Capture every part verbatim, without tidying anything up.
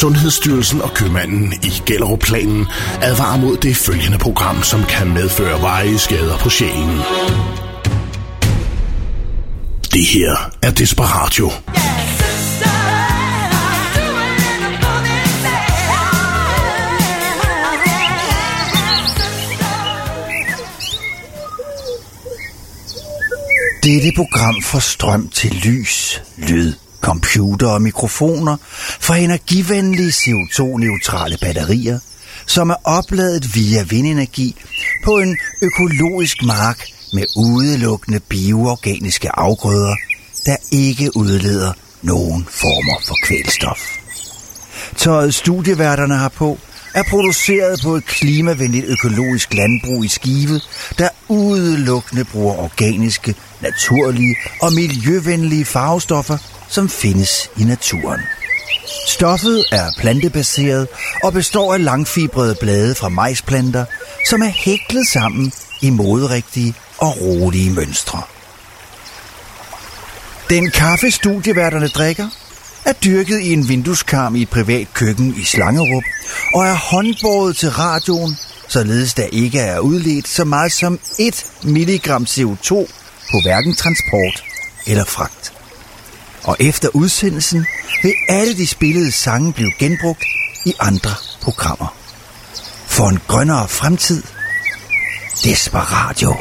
Sundhedsstyrelsen og købmanden i Gellerupplanen advarer mod det følgende program, som kan medføre varige skader på sjælen. Det her er Desperatio. Dette program får strøm til lys, lyd, computer og mikrofoner fra energivenlige C O to neutrale batterier, som er opladet via vindenergi på en økologisk mark med udelukkende bioorganiske afgrøder, der ikke udleder nogen former for kvælstof. Tøjet studieværterne har på er produceret på et klimavenligt økologisk landbrug i Skive, der udelukkende bruger organiske, naturlige og miljøvenlige farvestoffer, som findes i naturen. Stoffet er plantebaseret og består af langfibrede blade fra majsplanter, som er hæklet sammen i moderigtige og rolige mønstre. Den kaffe studieværterne drikker er dyrket i en vindueskarm i et privat køkken i Slangerup og er håndbåret til radioen, således der ikke er udledt så meget som et milligram C O to på hverken transport eller fragt. Og efter udsendelsen vil alle de spillede sange blive genbrugt i andre programmer. For en grønnere fremtid. Desperatio.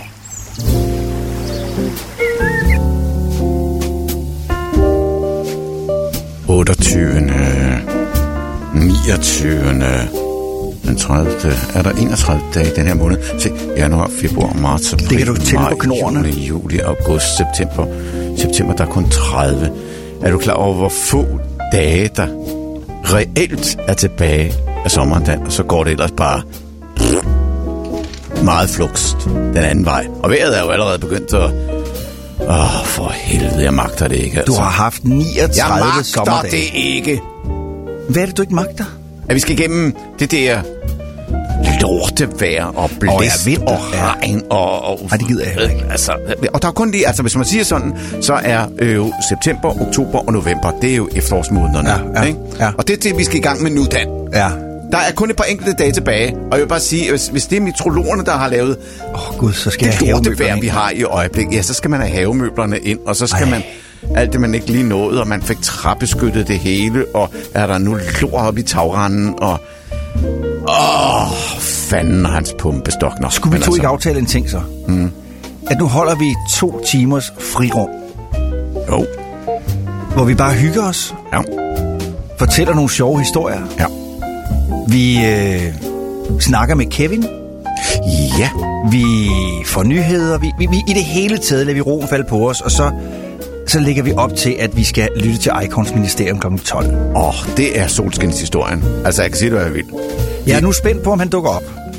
otteogtyvende niogtyvende Den tredivte Er der enogtredive dage i den her måned? Se, januar, februar, marts, april, det kan du tælle på knorrene. Juni, juli, august, september. September, der er kun tredive. Er du klar over, hvor få dage, der reelt er tilbage af sommeren, og så går det ellers bare meget flukst den anden vej. Og vejret er jo allerede begyndt at... Åh, oh, for helvede, jeg magter det ikke. Altså. Du har haft niogtredive sommerdage. Jeg magter det ikke. Hvad er det, du ikke magter? At vi skal igennem det der lortevejr og blæst oh, ja, og regn og... og Ej, det gider jeg heller ikke. Altså, og der er kun lige... Altså, hvis man siger sådan, så er øh, jo september, oktober og november, det er jo efterårsmånederne. Ja, ja, ikke? Ja. Og det er det, vi skal i gang med nu, Dan. Ja. Der er kun et par enkelte dage tilbage, og jeg vil bare sige, hvis, hvis det er meteorologerne, der har lavet Åh oh, gud, så skal det lortevejr, vi har i øjeblikket, ja, så skal man have havemøblerne ind, og så skal Ej. man... Alt det, man ikke lige nåede, og man fik trappeskyttet det hele, og er der nu lort op i tagranden, og... Åh, fanden hans pumpestok. Nå, skulle vi to altså... ikke aftale en ting så? Mm. At nu holder vi to timers frirum. Jo. Hvor vi bare hygger os. Ja. Fortæller nogle sjove historier. Ja. Vi øh, snakker med Kevin. Ja. Vi får nyheder. Vi, vi, vi, I det hele taget lader vi roen falde på os, og så... Så lægger vi op til, at vi skal lytte til Icons Ministerium klokken tolv. Åh, oh, det er solskinshistorien. Altså, jeg kan sige det, hvad jeg vil. Jeg er nu spændt på, om han dukker op.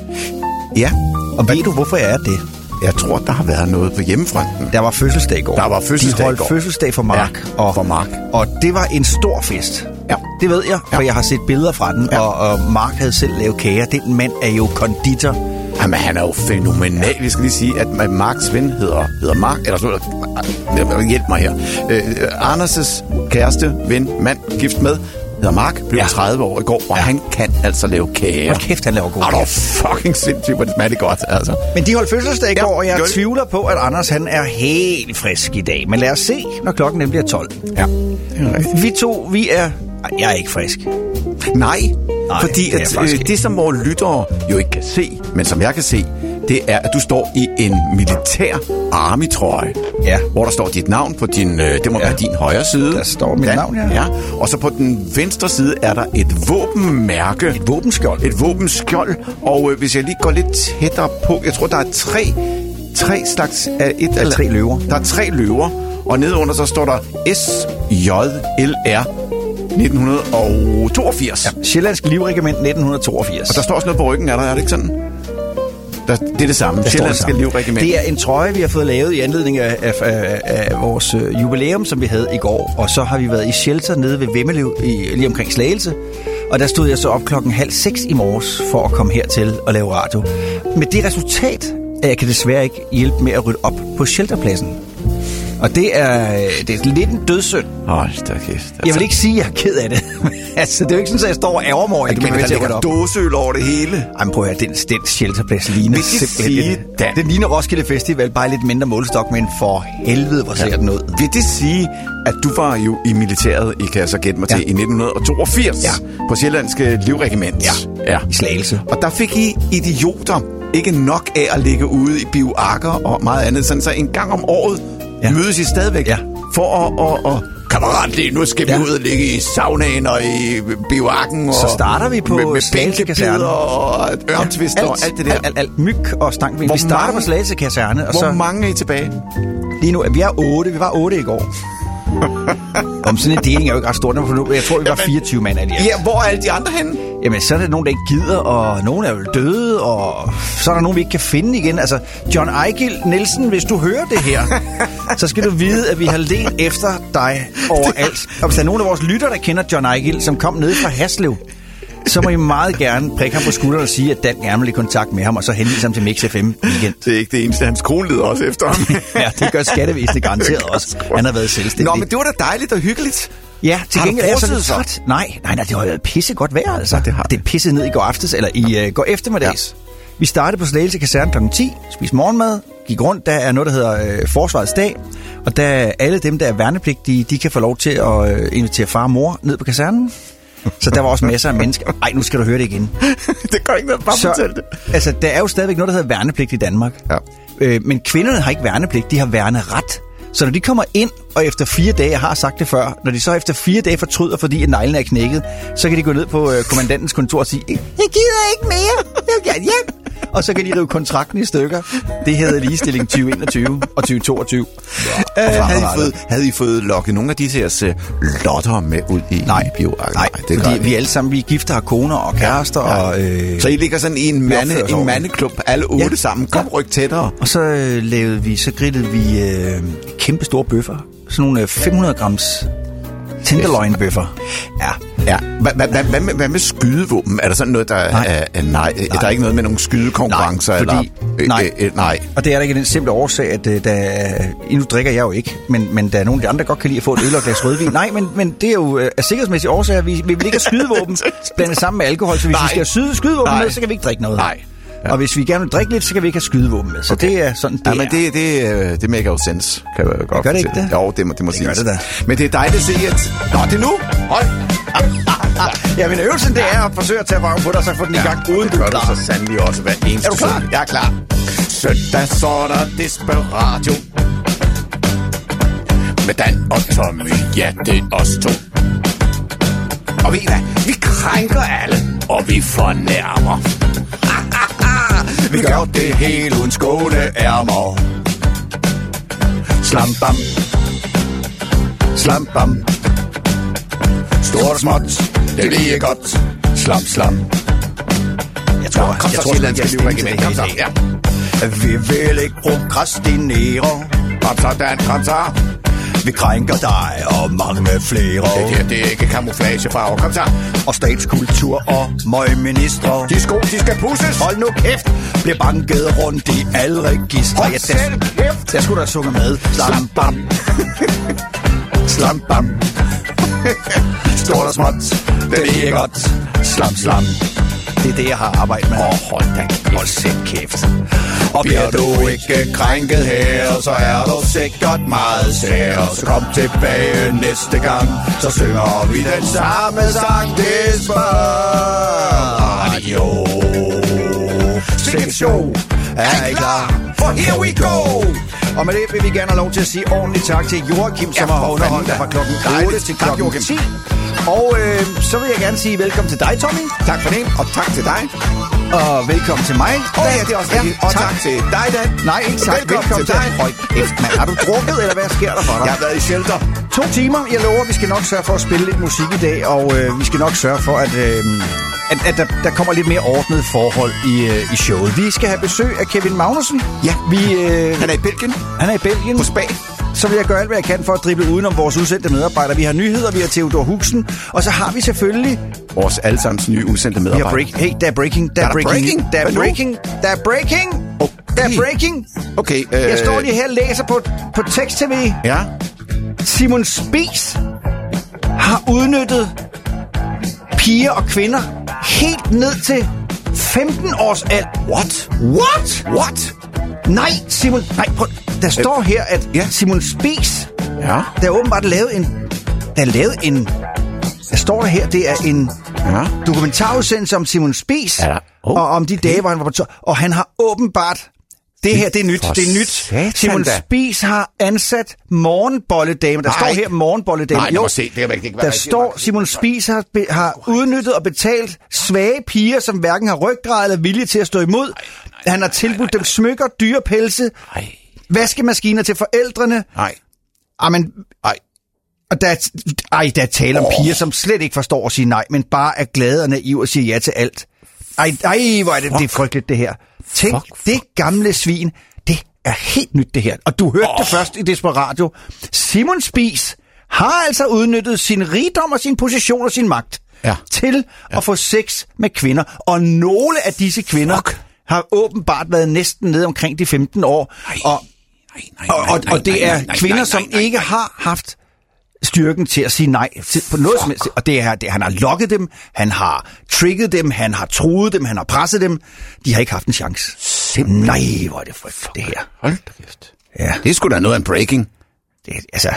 Ja. Og ved du, hvorfor jeg er det? Jeg tror, der har været noget på hjemmefronten. Der var fødselsdag i går. Der var fødselsdag De holdt i går. fødselsdag for Mark. Ja, og, for Mark. Og det var en stor fest. Ja. Det ved jeg, for ja. jeg har set billeder fra den. Ja. Og, og Mark havde selv lavet kager. Den mand er jo konditor. Jamen, han er jo fænomenal. Vi skal lige sige, at Marks ven hedder, hedder Mark, eller så hjælp mig her. Øh, Anders' kæreste, ven, mand, gift med, hedder Mark, blev ja. tredive år i går, og ja. han kan altså lave kager. Hvor kæft, han laver gode kager. Og fucking sindssygt, hvor det smager det godt, altså. Men de holdt fødselsdag i ja, går, og jeg jo. tvivler på, at Anders, han er helt frisk i dag. Men lad os se, når klokken nemlig er tolv. Ja, det er rigtigt. Vi to, vi er... Jeg er ikke frisk. Nej, Nej fordi det, at, øh, det, som vores lyttere jo ikke kan se, men som jeg kan se, det er, at du står i en militær army-trøje, ja. hvor der står dit navn på din, øh, det må ja. være din højre side. Der står mit ja. navn, ja. ja. Og så på den venstre side er der et våbenmærke. Et våbenskjold. Et våbenskjold, og øh, hvis jeg lige går lidt tættere på, jeg tror, der er tre, tre slags af et eller tre løver. Der er tre løver, og nedenunder så står der S J L R nitten toogfirs. Ja, Sjællandsk Livregiment nitten toogfirs. Og der står også noget på ryggen, er der, er det ikke sådan? Der, det er det samme. Der Sjællandske Livregiment. Det er en trøje, vi har fået lavet i anledning af, af, af, af vores øh, jubilæum, som vi havde i går. Og så har vi været i shelter nede ved Vemmelev, i, lige omkring Slagelse. Og der stod jeg så op klokken halv seks i morges for at komme hertil og lave radio. Med det resultat, at jeg kan desværre ikke hjælpe med at rydde op på shelterpladsen. Og det er, det er lidt en dødssynd. Hold da kæft. Altså. Jeg vil ikke sige, at jeg er ked af det. altså, det er jo ikke sådan, at jeg står og ærger mig over, at du kan ikke have dåseøl over det hele. Ej, men prøv at høre, den, den shelterplads ligner simpelthen. Det, det ligner Roskilde Festival, bare lidt mindre målestok, men for helvede, hvor ser ja. den ud. Vil det sige, at du var jo i militæret, I kan så gætte mig til, ja. i nitten toogfirs ja. på Sjællandske Livregiment. Ja, ja. I Slagelse. Og der fik I idioter ikke nok af at ligge ude i bioarker og meget andet, sådan så en gang om året ja. mødes I stadigvæk ja. for at... at, at kammerat, lige nu skal vi ja. ud og ligge i saunaen og i bioarken. Og så starter vi på med, med Slagelse Kaserne og ørntvister ja, og alt det der. Alt, alt, alt myg og stangvind. Vi starter mange, på Slagelse Kaserne. Og hvor så, mange er I tilbage? Lige nu, vi er otte. Vi var otte i går. Om sådan en deling er jo ikke ret stort. Jeg tror, vi var fireogtyve mand alligevel. Ja, hvor er alle de andre henne? Jamen, så er der nogen, der ikke gider, og nogen er jo døde, og så er der nogen, vi ikke kan finde igen. Altså, John Ejgil Nielsen, hvis du hører det her, så skal du vide, at vi har let efter dig overalt. Og hvis der er nogen af vores lytter, der kender John Ejgil, som kom ned fra Haslev, så må I meget gerne prikke ham på skulderen og sige, at Dan gerne vil i kontakt med ham, og så henvise ham til Mix F M weekend. Det er ikke det eneste, hans kone leder også efter ham. Ja, det gør skattevæsenet garanteret også. Han har været selvstændig. Nå, men det var da dejligt og hyggeligt. Ja, til gengæld er jeg så lidt træt. Nej, nej, nej, det har jo pisse godt vejr, altså. Ja, det har det. Det pissede ned i går aftes, eller i uh, går eftermiddags. Ja. Vi startede på Slagelse Kaserne klokken ti, spiste morgenmad, gik rundt, der er noget, der hedder øh, Forsvarets Dag, og der alle dem, der er værnepligtige, de kan få lov til at øh, invitere far og mor ned på kasernen. Så der var også masser af mennesker. Ej, nu skal du høre det igen. Det gør ikke noget, bare så, fortæl det. Altså, der er jo stadigvæk noget, der hedder værnepligt i Danmark. Ja. Øh, men kvinderne har ikke værnepligt, de har værneret. Så når de kommer ind, og efter fire dage, jeg har sagt det før, når de så efter fire dage fortryder, fordi at neglen er knækket, så kan de gå ned på øh, kommandantens kontor og sige, jeg gider ikke mere, jeg vil gerne hjem. Og så kan de rive kontrakten i stykker. Det hedder ligestilling tyve enogtyve og tyve toogtyve. Ja. Øh, havde, I fået, havde I fået lokket nogle af disse her uh, lotter med ud i nej, bioarken? Nej, det fordi vi alle sammen, vi er gifter, har koner og kærester. Ja. Og, øh, så I ligger sådan i en, mande, en mandeklub, alle otte ja. sammen. Kom, ryk tættere. Og så øh, lavede vi, så grillede vi øh, kæmpe store bøffer. Sådan nogle øh, fem hundrede grams tenderloin-bøffer. Ja. Ja. Hvad med, med, med skydevåben? Er der sådan noget, der nej. Er, er nej? nej? Er der ikke noget med nogle skydekonkurrencer? Nej, fordi, eller, nej. Øh, øh, nej. Og det er der ikke den simple årsag, at øh, der, nu drikker jeg jo ikke, men, men der er nogle af de andre, der godt kan lide at få et øl og glas rødvin. Nej, men, men det er jo øh, af sikkerhedsmæssige årsager. Vi, vi vil ikke have skydevåben blandet sammen med alkohol, så hvis nej. vi skal have skydevåben nej. med, så kan vi ikke drikke noget. Nej. Ja. Og hvis vi gerne vil drikke lidt, så kan vi ikke have skydevåben med. Så okay. det er sådan, det ja, men det, det, det maker jo sense, kan jeg godt gør det ikke det? Jo, det må, det må det siges. Det da. Men det er dejligt at se, at... Nå, det er nu! Hold! Ja, men øvelsen, det er at forsøge at tage røven på dig, så få den i gang, ja, uden du er klar. Det så sandelig også hver eneste. Er du klar? Jeg er klar. Søndag så er der Desperatio. Med Dan og Tommy, ja, det er os to. Og ved I hvad? Vi krænker alle, og vi fornærmer. Vi gør det hele uden skåneærmer. Slam bam. Slam bam. Stort og småt, det er lige godt. Slam slam. Jeg tror, kom jeg så, Sjællandske Livregiment. Kom så, ja. Vi vil ikke prokrastinere. Kom så, Dan, kom så. Vi krænker dig og mange flere. Det her, det er ikke kamuflagefarver. Kom så. Og statskultur og møgministre. De sko, de skal pusses. Hold nu kæft. Bliver banket rundt i alle registre. Hold selv kæft. Der skulle der sunge med. Slam bam. Slam bam. Stort og småt. Det er godt. Slam slam. Det er det, jeg har arbejdet med. Åh, oh, hold da. Hold selv kæft. Og bliver du ikke krænket her, så er du sikkert meget sær. Så kom tilbage næste gang, så synger vi den samme sang. Desperatio. Sikke show. Er I klar? For here we go! Og med det vil vi gerne have lov til at sige ordentligt tak til Joachim, som ja, har underholdt fra klokken otte til klokken ti. Og øh, så vil jeg gerne sige velkommen til dig, Tommy. Tak for det, og tak til dig. Og velkommen til mig. Åh oh, ja, det er også rigtigt. Ja, og tak. tak til dig, Dan. Nej, ikke tak. Velkommen, velkommen til dig. Høj kæft, mand. Har du drukket, eller hvad sker der for dig? Jeg har været i shelter. To timer. Jeg lover, vi skal nok sørge for at spille lidt musik i dag, og øh, vi skal nok sørge for, at, øh, at, at der, der kommer lidt mere ordnet forhold i, øh, i showet. Vi skal have besøg af Kevin Magnussen. Ja, vi, øh, han er i Belgien. Han er i Belgien. På Spa. Så vil jeg gøre alt, hvad jeg kan for at drible udenom vores udsendte medarbejdere. Vi har nyheder, vi har Theodor Huxen, og så har vi selvfølgelig... vores allesammens nye udsendte medarbejdere. Vi har break... Hey, der er breaking, der er breaking, der er breaking, der er breaking. Oh. Der er breaking. Okay. Øh... Jeg står lige her og læser på, på tekst-tv. Ja. Simon Spies har udnyttet piger og kvinder helt ned til femten års alder. What? What? What? Nej, Simon. Nej, prøv. Der står her, at ja. Simon Spies, ja. der er åbenbart lavet en... Der er lavet en... Der står der her, det er en ja. dokumentarudsendelse om Simon Spies, ja, oh, og om de okay. dage, hvor han var på tur. Og han har åbenbart... Det her, det er nyt. For det er nyt. Satan Simon da. Spies har ansat morgenbolledamer. Der Nej. står her morgenbolledamer. Nej, det må se. Det kan ikke være der rigtigt. står, Simon Spies har, be, har udnyttet og betalt svage piger, som hverken har ryggrad eller vilje til at stå imod. Nej, nej, han har tilbudt nej, nej, nej. dem smykker, dyrepelse, nej. vaskemaskiner til forældrene. Nej. Amen, nej. Og der er, ej, der er tale om oh. piger, som slet ikke forstår at sige nej, men bare er glade og naive og siger ja til alt. Ej, ej, hvor er det, det er frygteligt, det her. Tænk, fuck, fuck. Det gamle svin, det er helt nyt, det her. Og du hørte oh. det først i Desperatio. Simon Spies har altså udnyttet sin rigdom og sin position og sin magt ja. til ja. at få sex med kvinder. Og nogle af disse kvinder fuck. har åbenbart været næsten nede omkring de femten år. Nej. Og, nej, nej, nej, og, og det er nej, nej, kvinder, nej, nej, nej, som ikke har haft styrken til at sige nej til, på noget som helst. Og det er, det, han har lokket dem, han har trigget dem, han har truet dem, han har presset dem. De har ikke haft en chance. Simpelthen. Nej, hvor er det frygteligt, det her. Hold da kæft. Ja. Det er sgu da noget af en breaking. Det, altså,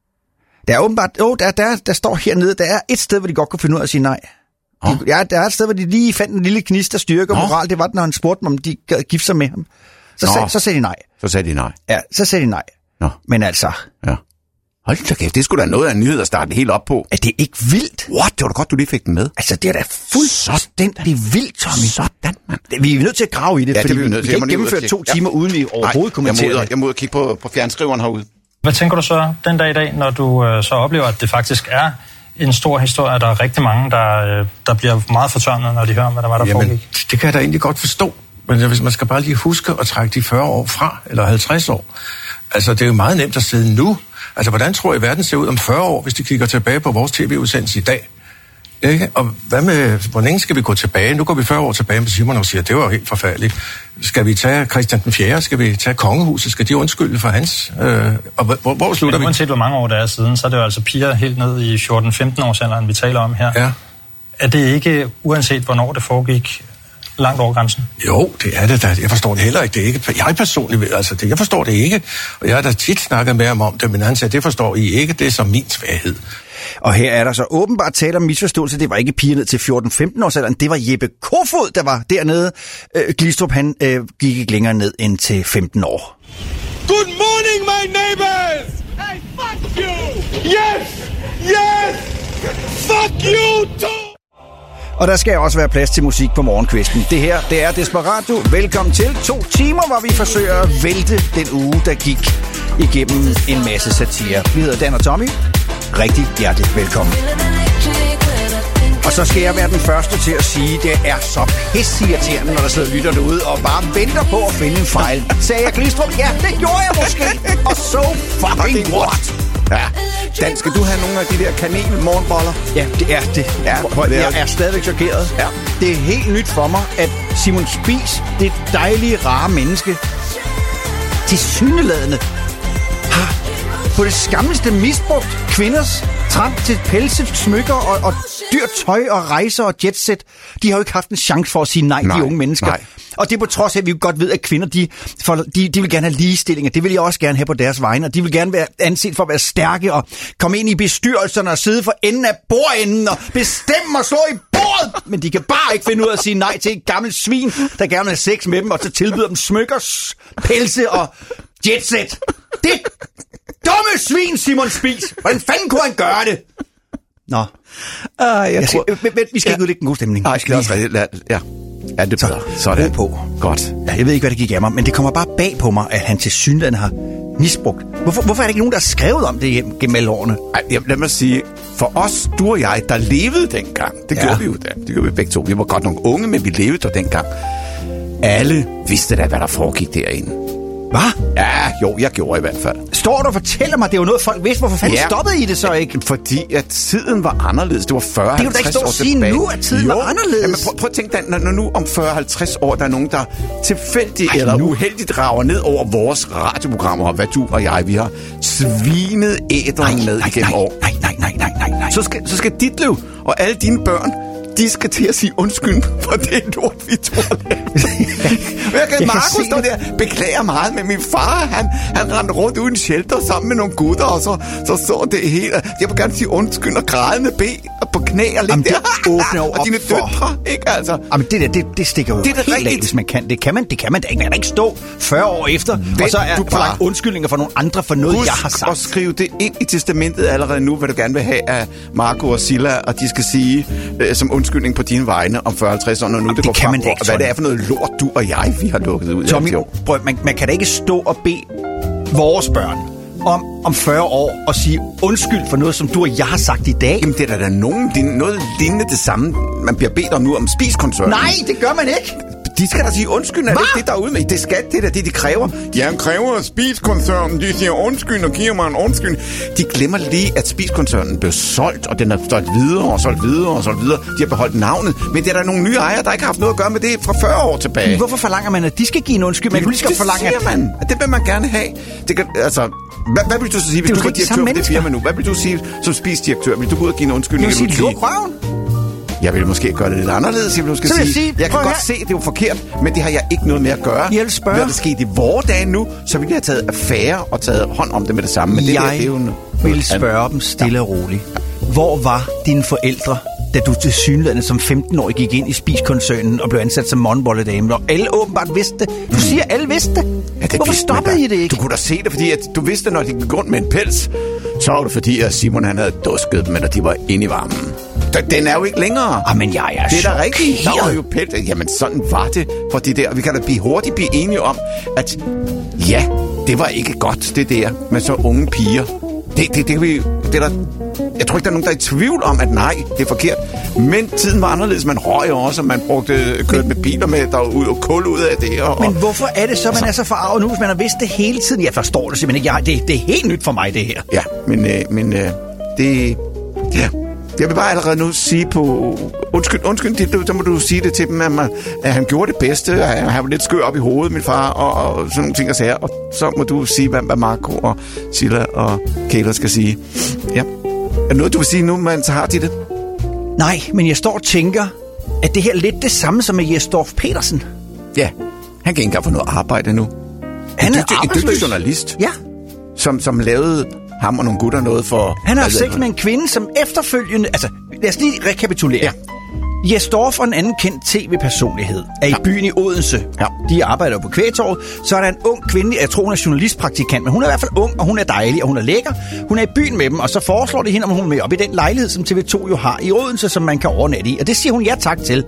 der er åbenbart, oh, der, der, der står hernede, der er et sted, hvor de godt kunne finde ud af at sige nej. Oh. De, ja, der er et sted, hvor de lige fandt en lille gnist af styrke og moral. Det var, når han spurgte dem, om de gad gifte sig med ham. Så, sag, så sagde de nej. Så sagde de nej. Ja, så sagde de nej. Nå. Men altså... Ja. Hold da kæft, det skulle da noget af en nyhed at starte helt op på. Er det ikke vildt? What? Det var da godt, du lige fik den med. Altså, det er da fuldstændig vildt, Tommy. Sådan, mand. Vi er nødt til at grave i det, ja, fordi det vi, vi kan ikke gennemføre to ja. timer, uden vi overhovedet kommenterer jeg det. Jeg må ud og kigge på, på fjernskriveren herude. Hvad tænker du så den dag i dag, når du øh, så oplever, at det faktisk er en stor historie, at der er rigtig mange, der, øh, der bliver meget fortørnet, når de hører, hvad der var, der Jamen, foregik? Det kan jeg da egentlig godt forstå. Men hvis man skal bare lige huske at trække de fyrre år fra, eller halvtreds år. Altså, det er jo meget nemt at sidde nu. Altså, hvordan tror I, verden ser ud om fyrre år, hvis de kigger tilbage på vores tv-udsendelse i dag? Ikke? Og hvad med, hvor længe skal vi gå tilbage? Nu går vi fyrre år tilbage med Simon og siger, det var helt forfærdeligt. Skal vi tage Christian den fjerde? Skal vi tage kongehuset? Skal de undskylde for hans? Øh, og hvor, hvor slutter Men, vi? uanset hvor mange år der er siden, så er det jo altså piger helt ned i fjorten femten års alderen, vi taler om her. Ja. Er det ikke, uanset hvornår det foregik, langt over grænsen? Jo, det er det da. Jeg forstår det heller ikke. Det er ikke. Jeg personligt ved, altså det, jeg forstår det ikke. Og jeg har da tit snakket med ham om det, men han siger, det forstår I ikke. Det er som min svaghed. Og her er der så åbenbart tale om misforståelse. Det var ikke piger ned til fjorten femten års alderen. Det var Jeppe Kofod, der var dernede. Øh, Glistrup, han øh, gik ikke længere ned end til femten år. Good morning, my neighbors! Hey, fuck you! Yes! Yes! Fuck you too! Og der skal også være plads til musik på morgenkvisten. Det her, det er Desperatio. Velkommen til to timer, hvor vi forsøger at vælte den uge, der gik igennem en masse satire. Vi hedder Dan og Tommy. Rigtig hjertelig velkommen. Og så skal jeg være den første til at sige, at det er så pisseirriterende, når der sidder lytter derude og bare venter på at finde en fejl. Sagde jeg Glistrup? Ja, det gjorde jeg måske. Og so fucking what? Ja. Dan, skal du have nogle af de der kanel-morgenboller? Ja, det er det. Ja, det er jeg er stadigvæk chokeret. Ja. Det er helt nyt for mig, at Simon Spies, det dejlige, rare menneske, tilsyneladende har på det skamligste misbrugt kvinders trang til pelse, smykker og, og dyrt tøj og rejser og jetset. De har jo ikke haft en chance for at sige nej, nej de unge mennesker. Nej. Og det er på trods af, at vi godt ved, at kvinder, de, for, de, de vil gerne have ligestilling, det vil jeg også gerne have på deres vegne, og de vil gerne være anset for at være stærke og komme ind i bestyrelserne og sidde for enden af bordenden og bestemme og slå i bordet. Men de kan bare ikke finde ud af at sige nej til et gammelt svin, der gerne vil have sex med dem, og så tilbyder dem smykker, pelse og jetset. Det dumme svin, Simon Spies. Hvordan fanden kunne han gøre det? Nå. Uh, jeg jeg skal, tror... men, men, vi skal ja. ikke udlægge en god stemning. Nej, skal også ja. ja. Ja, det er så er det på. Godt. Ja, jeg ved ikke, hvad det gik af mig, men det kommer bare bag på mig, at han til synligheden har misbrugt. Hvorfor, hvorfor er der ikke nogen, der har skrevet om det gennem alle årene? Ej, lad mig sige, for os, du og jeg, der levede dengang, det ja. gjorde vi jo da. Det gjorde vi begge to. Vi var godt nogle unge, men vi levede der dengang. Alle vidste da, hvad der foregik derinde. Hvad? Ja, jo, jeg gjorde i hvert fald. står du og fortæller mig, det er jo noget, folk vidste. Hvorfor fanden Ja. stoppede I det så ikke? Fordi at tiden var anderledes. Det var fyrre Det kan du da ikke halvtreds stå og år sige tilbage. nu, at tiden jo. var anderledes. Jamen, prøv, prøv at tænke dig, når, når nu om fyrre halvtreds år, der er nogen, der tilfældigt Ej, eller nu. uheldigt rager ned over vores radioprogrammer, og hvad du og jeg, vi har svinet æderen med nej, igennem nej, år. nej, nej, nej, nej, nej, nej. Så skal, så skal dit liv og alle dine børn, de skal til at sige undskyld for det lort, vi to har lavet. Jeg kan kan Markus se stå der, beklager meget, men min far, han, han rendte rundt uden shelter sammen med nogle gutter, og så så, så det hele. Jeg vil gerne sige undskyld og græde med ben og på knæ og Jamen, ligge det der. åbner jo og dine op for- døtre, ikke altså? Jamen, det der, det, det stikker jo Det er da helt rigtigt. af, hvis man kan. Det kan man, det kan man da ikke. Man kan da ikke stå fyrre år efter, Vent og så er du der bare. forlangt undskyldninger for nogle andre for noget, jeg har Husk sagt. at skrive det ind i testamentet allerede nu, hvad du gerne vil have af Marco og Silla, og de skal sige øh, som undskyldning på dine vegne om fyrre halvtreds år, når nu det, det går kan frem man da på, ikke, hvad det Tommy. er for noget lort, du og jeg, vi har lukket ud. Tommy, Jo. prøv, man, man kan da ikke stå og bede vores børn om, om fyrre år og sige undskyld for noget, som du og jeg har sagt i dag. Jamen, det er da nogen, det er noget lignende det samme, man bliver bedt om nu om spiskoncernen. Nej, det gør man ikke. De skal da sige undskyld, er det Hva? ikke det, der er ude med? Det skal det der, det de kræver. De kræver at spiskoncernen, de siger undskyld og giver mig en undskyld. De glemmer lige, at spiskoncernen blev solgt, og den er solgt videre og solgt videre og solgt videre. De har beholdt navnet, men det er der nogle nye ejere, der ikke har haft noget at gøre med det fra fyrre år tilbage. Hvorfor forlanger man, at de skal give en undskyld? Man kan lige skal det forlange, siger at... man. Det vil man gerne have. Det kan, altså, hvad, hvad vil du så sige, hvis Det er jo du var ikke de direktør samme for det mennesker. firma nu? Hvad vil du sige som spisdirektør? Vil du gå ud og give en undskyldning? Jeg vil sige, Vil du luk røven. Jeg vil måske gøre det lidt anderledes. Jeg vil måske Så vil jeg sige, sige, jeg kan prøv godt her. se, det er jo forkert, men det har jeg ikke noget med at gøre. Jeg vil spørge. Når det sket i vore dage nu, så ville jeg have taget affære og taget hånd om det med det samme. Men det, Jeg der, det er jo en, vil spørge dem stille og roligt. Hvor var dine forældre, da du til synligheden som femten-årig gik ind i spiskoncernen og blev ansat som morgenbolledame, og alle åbenbart vidste det? Du siger, alle vidste det. Ja, det Hvorfor vidste man stoppede da. I det ikke? Du kunne da se det, fordi at du vidste, når de gik rundt med en pels, så var det fordi, at Simon han havde dusket dem, eller de var inde i varmen. Den er jo ikke længere. Ah, men jeg er Det er da rigtigt. Der var chokeret. jo pels. Jamen, sådan var det for det der. Vi kan da blive hurtigt blive enige om, at ja, det var ikke godt, det der med så unge piger. Det, det, det, kan vi, det er der, jeg tror ikke, der er nogen, der er i tvivl om, at nej, det er forkert. Men tiden var anderledes. Man røg også, og man brugte kørt med biler med, der var ud og kul ud af det. Og, Men hvorfor er det så, man er så forarvet nu, hvis man har vidst det hele tiden? Jeg forstår det simpelthen ikke. Jeg, det, det er helt nyt for mig, det her. Ja, men, øh, men øh, det... Ja. Jeg vil bare allerede nu sige på... Undskyld, undskyld, det, så må du sige det til dem, at, man, at han gjorde det bedste, og han, han var lidt skør op i hovedet, min far, og, og sådan nogle ting og sager. Og så må du sige, hvad, hvad Marco og Silla og Kæler skal sige. Ja. Er det noget, du vil sige nu, man så har de det? Nej, men jeg står og tænker, at det her er lidt det samme som med Jesdorf Petersen. Ja. Han kan ikke engang få noget arbejde nu. Han en er dygtig, en arbejdsløs. dygtig journalist, Ja, som, som lavede ham og nogle gutter noget for... han har hvad ved sex jeg. med en kvinde, som efterfølgende... Altså, lad os lige rekapitulere. Ja. Jesdorf og en anden kendt tv-personlighed er i Ja. byen i Odense. Ja. De arbejder jo på Kvægtorvet. Så er der en ung kvinde, jeg tror hun er journalistpraktikant, men hun er i hvert fald ung, og hun er dejlig, og hun er lækker. Hun er i byen med dem, og så foreslår de hende, om hun er med op i den lejlighed, som T V to jo har i Odense, som man kan overnatte i. Og det siger hun ja tak til.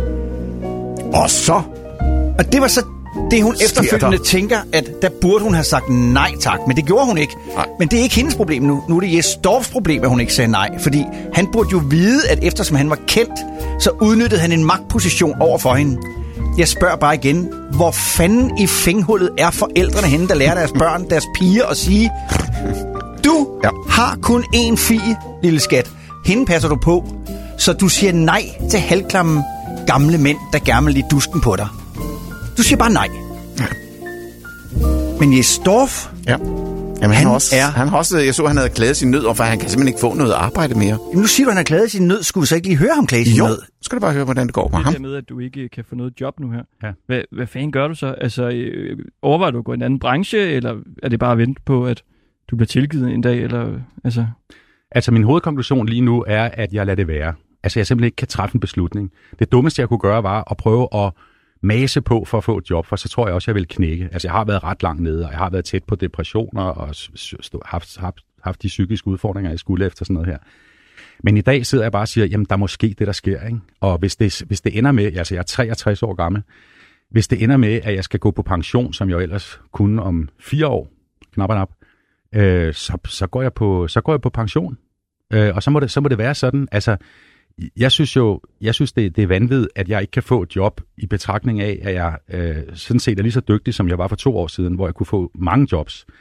Og så... Og det var så det, hun Sker efterfølgende der? tænker, at der burde hun have sagt nej tak. Men det gjorde hun ikke. Nej. Men det er ikke hendes problem nu. Nu er det Jesdorfs problem, at hun ikke sagde nej. Fordi han burde jo vide, at eftersom han var kendt, så udnyttede han en magtposition over for hende. Jeg spørger bare igen, hvor fanden i finghullet er forældrene henne, der lærer deres børn, deres piger at sige, du Ja. har kun én fie, lille skat. Hende passer du på, så du siger nej til halvklamme gamle mænd, der gerne vil lide dusken på dig. Du siger bare nej. Men Jesdorf, Ja. Jamen, han, Han han, også, er- han har også, jeg så, han havde klaget sin nød, og for han kan simpelthen ikke få noget arbejde mere. nu siger du, han har klaget sin nød. Skulle du så ikke lige høre ham klage sin Jo, nød? skal du bare høre, hvordan det går med Det ham. der med, at du ikke kan få noget job nu her. Ja. Hvad, hvad fanden gør du så? Altså, øh, overvejer du at gå i en anden branche, eller er det bare at vente på, at du bliver tilgivet en dag? Eller, altså... Altså, min hovedkonklusion lige nu er, at jeg lader det være. Altså, jeg simpelthen ikke kan træffe en beslutning. Det dummeste, jeg kunne gøre, var at prøve at mase på for at få et job, for så tror jeg også, jeg vil knække. Altså, jeg har været ret langt nede, og jeg har været tæt på depressioner, og stå, haft, haft, haft de psykiske udfordringer, jeg skulle efter sådan noget her. Men i dag sidder jeg bare og siger, jamen, der er måske det, der sker, ikke? Og hvis det, hvis det ender med, altså jeg er treogtres år gammel, hvis det ender med, at jeg skal gå på pension, som jeg ellers kunne om fire år, knap og nap, øh, så, så, går jeg på, så går jeg på pension. Øh, og så må, det, så må det være sådan, altså, jeg synes jo, jeg synes det, det er vanvittigt, at jeg ikke kan få et job i betragtning af, at jeg øh, sådan set er lige så dygtig, som jeg var for to år siden, hvor jeg kunne få mange jobs.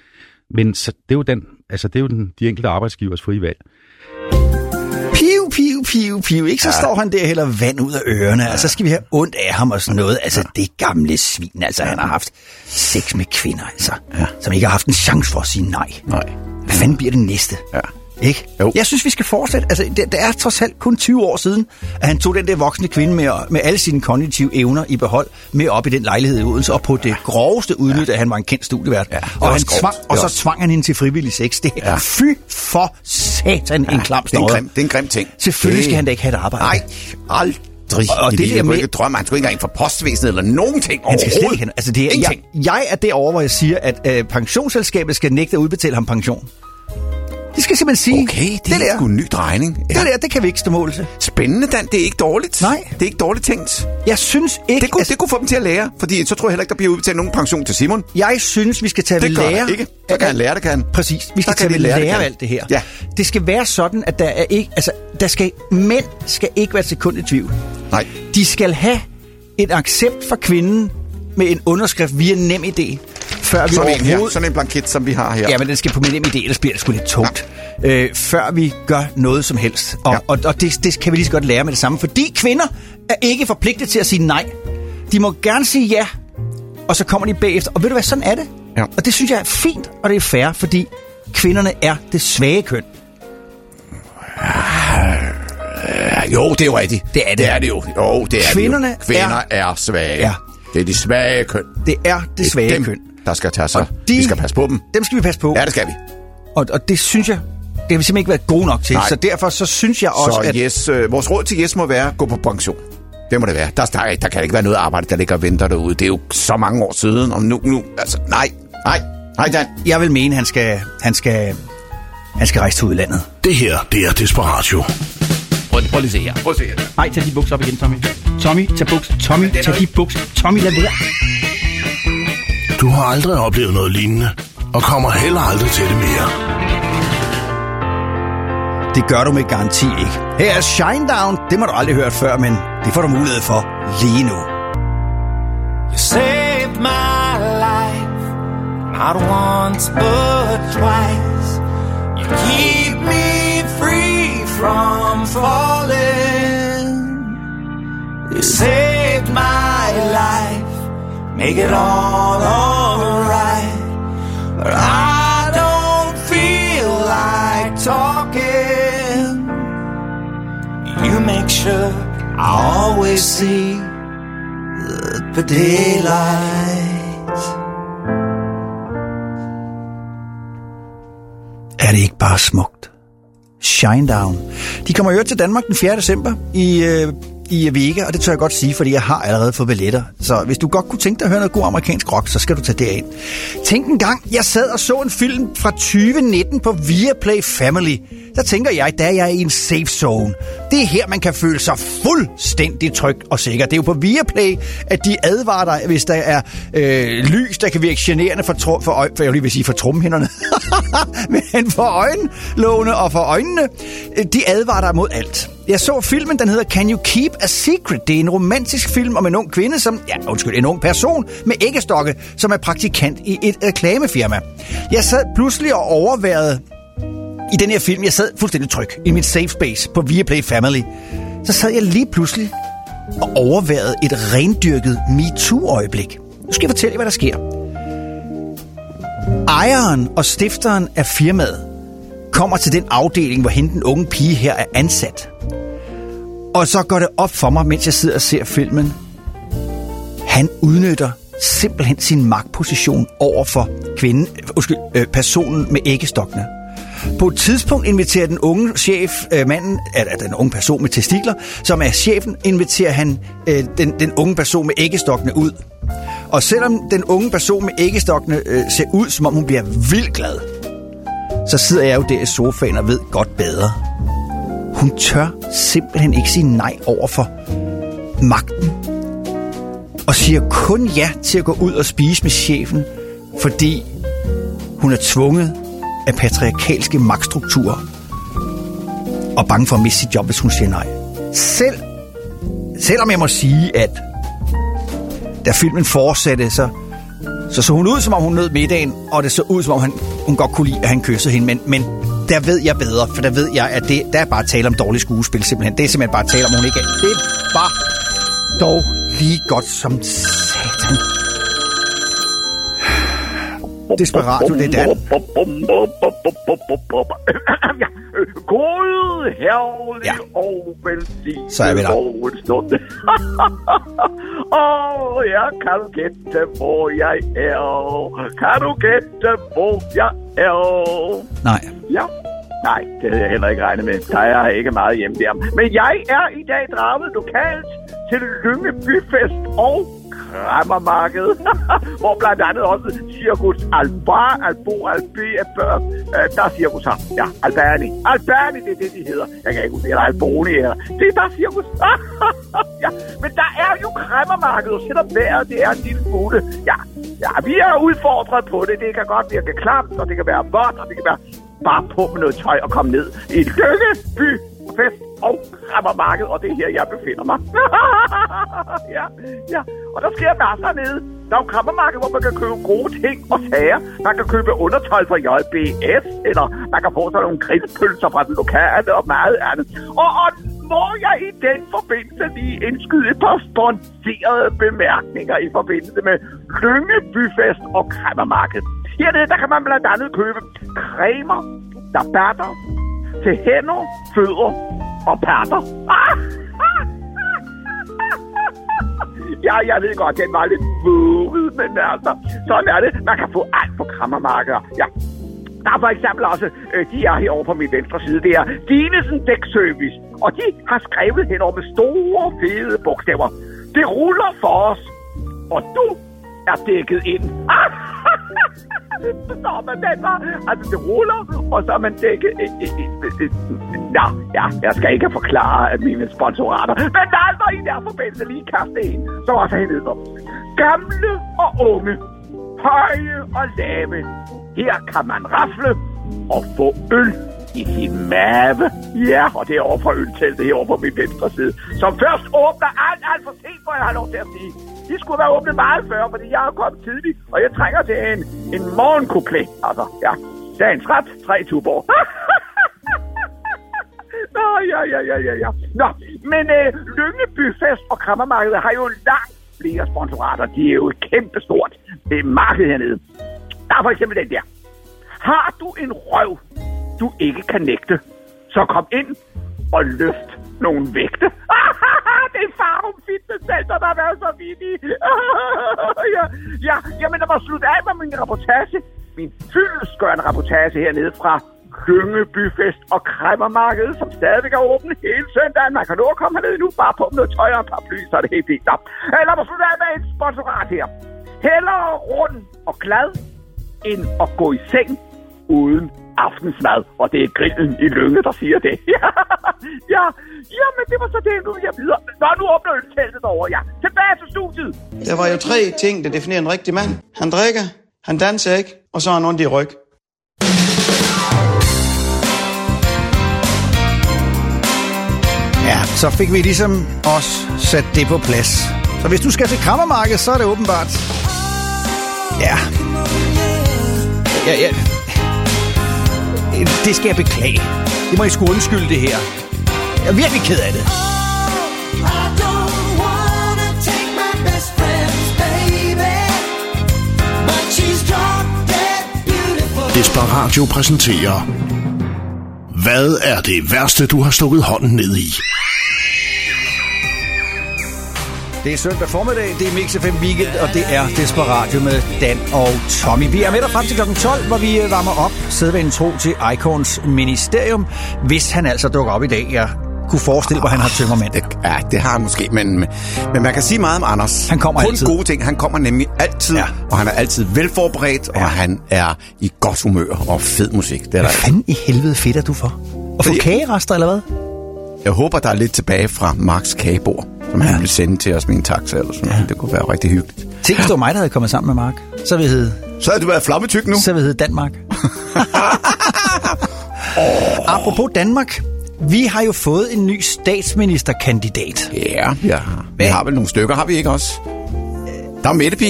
Men så, det er jo, den, altså, det er jo den, de enkelte arbejdsgivers frie valg. Piu, piu, piu, piu. Ikke så ja. Står han der heller vand ud af ørerne, ja. Og så skal vi have ondt af ham og sådan noget. Altså, det gamle svin, altså, han har haft sex med kvinder, altså, ja. Som ikke har haft en chance for at sige nej. Nej. Hvad fanden bliver det næste? Ja. Ikke? Jo. Jeg synes, vi skal fortsætte. Altså, det, det er trods alt kun tyve år siden, at han tog den der voksne kvinde med, med alle sine kognitive evner i behold med op i den lejlighed i Odense, og på det groveste udnytte, at han var en kendt studievært. Ja, og, han tvang, og så tvang han hende til frivillig sex. Det er ja. Fy for satan ja, en klam det, det er en grim ting. Selvfølgelig skal han da ikke have et arbejde. Nej, aldrig. Og, og det, det der med ikke drømme, han skulle ikke engang for postvæsenet eller nogen ting. Han skal slet ikke. Altså, det er, jeg, jeg er derovre, hvor jeg siger, at øh, pensionsselskabet skal nægte at udbetale ham pension. Det skal simpelthen sige. Okay, det, det er sgu en ny drejning. Ja. Det der, det kan vi ikke stå mål til. Spændende, Dan. Det er ikke dårligt. Nej. Det er ikke dårligt tænkt. Jeg synes ikke... Det kunne, at... det kunne få dem til at lære, fordi så tror jeg heller ikke, der bliver udbetalt nogen pension til Simon. Jeg synes, vi skal tage ved lære... ikke. Så kan han lære det, kan han. Præcis. Vi skal tage ved lære, lære alt det her. Ja. Det skal være sådan, at der er ikke... Altså, der skal... Mænd skal ikke være et sekund i tvivl. Nej. De skal have en accept fra kvinden med en underskrift via NemID. Før vi sådan, en her, sådan en blanket, som vi har her. Ja, men den skal på min NemID, ellers bliver det sgu lidt tungt. Ja. Øh, før vi gør noget som helst. Og, ja. og, og det, det kan vi lige så godt lære med det samme. Fordi kvinder er ikke forpligtet til at sige nej. De må gerne sige ja, og så kommer de bagefter. Og ved du hvad, sådan er det. Ja. Og det synes jeg er fint, og det er fair, fordi kvinderne er det svage køn. Jo, det er jo rigtigt. Det er det. Det er det jo. Jo, det er Kvinderne det jo. Kvinder er, er svage. Ja. Det er de svage køn. Det er det svage det er dem, køn. Der skal tage sig. De, vi skal passe på dem. Dem skal vi passe på. Ja, det skal vi. Og, og det synes jeg, det har vi simpelthen ikke været gode nok til. Nej. Så derfor så synes jeg også, så at... Yes, øh, vores råd til Jes må være, gå på pension. Det må det være. Der, der, der kan ikke være noget arbejde, der ligger og venter derude. Det er jo så mange år siden, og nu... nu altså, nej, nej, nej, Dan. Jeg vil mene, han skal, han skal, han skal rejse til udlandet. Det her, det er Desperatio. Prøv, prøv lige at se her. Prøv at se her. Nej, tag de bukser op igen, Tommy. Tommy, tag bukser. Tommy, tag de bukser. Tommy, lad være. Du har aldrig oplevet noget lignende, og kommer heller aldrig til det mere. Det gør du med garanti ikke. Her er Shinedown. Det må du aldrig hørt før, men det får du mulighed for lige nu. You saved my life, not once but twice. You keep me free from falling. You saved my life, make it all alright. But I don't feel like talking. You make sure I always see the daylight. Er det ikke bare smukt? Shinedown. De kommer jo til Danmark den fjerde december i, øh, i Vega, og det tør jeg godt sige, fordi jeg har allerede fået billetter. Så hvis du godt kunne tænke dig at høre noget god amerikansk rock, så skal du tage det ind. Tænk en gang, jeg sad og så en film fra tyve nitten på Viaplay Family. Der tænker jeg, der er jeg i en safe zone. Det er her, man kan føle sig fuldstændig tryg og sikker. Det er jo på Viaplay, at de advarer dig, hvis der er øh, lys, der kan virke generende for, tro, for, øj, for jeg vil lige sige for tromhænderne. Men for øjenlågene og for øjnene, de advarer dig mod alt. Jeg så filmen, den hedder Can You Keep a Secret? Det er en romantisk film om en ung kvinde, som, ja, undskyld, en ung person med æggestokke, som er praktikant i et reklamefirma. Jeg sad pludselig og overværede i den her film, jeg sad fuldstændig tryg i mit safe space på Viaplay Family. Så sad jeg lige pludselig og overværede et rendyrket MeToo-øjeblik. Nu skal jeg fortælle jer, hvad der sker. Ejeren og stifteren af firmaet kommer til den afdeling, hvor hende den unge pige her er ansat. Og så går det op for mig, mens jeg sidder og ser filmen. Han udnytter simpelthen sin magtposition over for kvinden, undskyld, øh, personen med æggestokkene. På et tidspunkt inviterer den unge chef, øh, manden, eller den unge person med testikler, som er chefen, inviterer han øh, den, den unge person med æggestokkene ud. Og selvom den unge person med æggestokkene øh, ser ud, som om hun bliver vildt glad, så sidder jeg jo der i sofaen og ved godt bedre. Hun tør simpelthen ikke sige nej over for magten. Og siger kun ja til at gå ud og spise med chefen, fordi hun er tvunget af patriarkalske magtstrukturer og bange for at miste sit job, hvis hun siger nej. Selv, selvom jeg må sige, at da filmen fortsatte, så så så hun ud, som om hun nød middagen, og det så ud, som om han, hun godt kunne lide, at han kyssede hende. Men, men der ved jeg bedre, for der ved jeg, at det, der er bare tale om dårlig skuespil simpelthen. Det er simpelthen bare tale om, hun ikke er. Det var dog lige godt som satan. Desperat, det er Dan. God, herlig ja. og velsignet. Så er vi der. Åh, jeg kan gætte, hvor jeg er. Kan du gætte, hvor jeg er? Nej. Ja. Nej, det havde jeg heller ikke regnet med. Der er ikke meget hjemme der. Men jeg er i dag draget lokalt til Lynge Byfest og kræmmermarked, hvor blandt andet også Cirkus Albar, Albo, Albi, Albert, øh, der er cirkus her. Ja, Albani. Albani, det er det, de hedder. Jeg kan ikke huske, eller Alboni, eller det er der er cirkus. Ja, men der er jo kræmmermarked, og selvom vejret, det er en lille smule. Ja, ja, vi er udfordret på det. Det kan godt virke klamt, og det kan være vådt, og det kan være bare på med noget tøj og komme ned i Lynge Byfest og kræmmermarked, og det er her, jeg befinder mig. Ja, ja. Og der sker masser nede. Der er jo kræmmermarked, hvor man kan købe gode ting og sager. Man kan købe undertøj fra J B S, eller man kan få sådan nogle grillpølser fra den lokale og meget andet. Og, og må jeg i den forbindelse lige indskyde et par sponserede bemærkninger i forbindelse med Lynge Byfest og kræmmermarked. Hernede, der kan man blandt andet købe cremer, der batter til hænder, fødder og patter. Ja, jeg ved godt, den var lidt våget, men altså, sådan er det. Man kan få alt på kræmmermarkeder. Ja. Der er for eksempel også, øh, de er herovre på min venstre side, det er Dinesen Dækservice. Og de har skrevet henover med store, fede bogstaver. Det ruller for os, og du er dækket ind. Så man den var. Altså, det ruller, og så er man dækket. Nå, ja, jeg skal ikke forklare at mine sponsorater. Men der er altså i der forbindelse lige kaste en, som også er hernede. Gamle og unge, høje og lave. Her kan man rafle og få øl i sin mave. Ja, og det er over for ølteltet herovre på min venstre side. Som først åbner alt, alt for sent, for jeg har lov til at sige. De skulle være åbnet meget før, fordi jeg er kommet tidligt, og jeg trænger til en, en morgenkuplæ. Altså, ja, dagens ret, tre tuborg. Nå, ja, ja, ja, ja, ja. Nå, men øh, Lynge Byfest og kræmmermarkedet har jo langt flere sponsorater. De er jo et kæmpe stort det er marked hernede. Der er for eksempel den der. Har du en røv, du ikke kan nægte, så kom ind og løft nogle vægte. Det er Farum Fitnesscenter, der har været så vittige. Ja, ja, jamen der var slut af med min reportage. Min fyldestgørende reportage hernede fra Lynge Byfest og kræmmermarkedet, som stadigvæk er åbent hele søndagen. Man kan nå at komme hernede nu, bare på med noget tøj og et par fly, så er det helt fint. Lad mig slutte af med et sponsorat her. Hellere rund og glad, end at gå i seng uden aftensmad, og det er grillen i Lynge, der siger det. Ja, ja, ja, men det var så det, nu jeg videre. Nå, nu åbner ølteltet over, ja. Tilbage til studiet. Der var jo tre ting, der definerer en rigtig mand. Han drikker, han danser ikke, og så har han ondt i ryg. Ja, så fik vi ligesom også sat det på plads. Så hvis du skal til kræmmermarkedet, så er det åbenbart... Ja. Ja, ja. Det skal jeg beklage. Det må I sgu undskylde det her. Jeg er virkelig ked af det. Desperatio præsenterer Hvad er det værste, du har stukket hånden ned i? Det er søndag formiddag, det er Mix F M Weekend, og det er Desperatio med Dan og Tommy. Vi er med dig frem til klokken tolv, hvor vi varmer op, sædvanen tro til Icons Ministerium, hvis han altså dukker op i dag. Jeg kunne forestille mig, at han har tømmermænd. Ja, det har han måske, men, men man kan sige meget om Anders. Han kommer Kun altid. gode ting. Han kommer nemlig altid, ja. Og han er altid velforberedt, ja. Og han er i godt humør og fed musik. Det er hvad der fanden i helvede fedt er du for? Og få kagerester, eller hvad? Jeg håber, der er lidt tilbage fra Marks kagebord, som ja. Han vil sende til os med en taxa eller sådan noget. Ja. Det kunne være rigtig hyggeligt. Tænk, hvis det var mig, der havde kommet sammen med Mark. Så ville hedde... Så havde du været flammetyk nu. Så ville hedde Danmark. oh. Apropos Danmark. Vi har jo fået en ny statsministerkandidat. Ja, ja. Vi har vel nogle stykker, har vi ikke også? Der er Mette-pigen.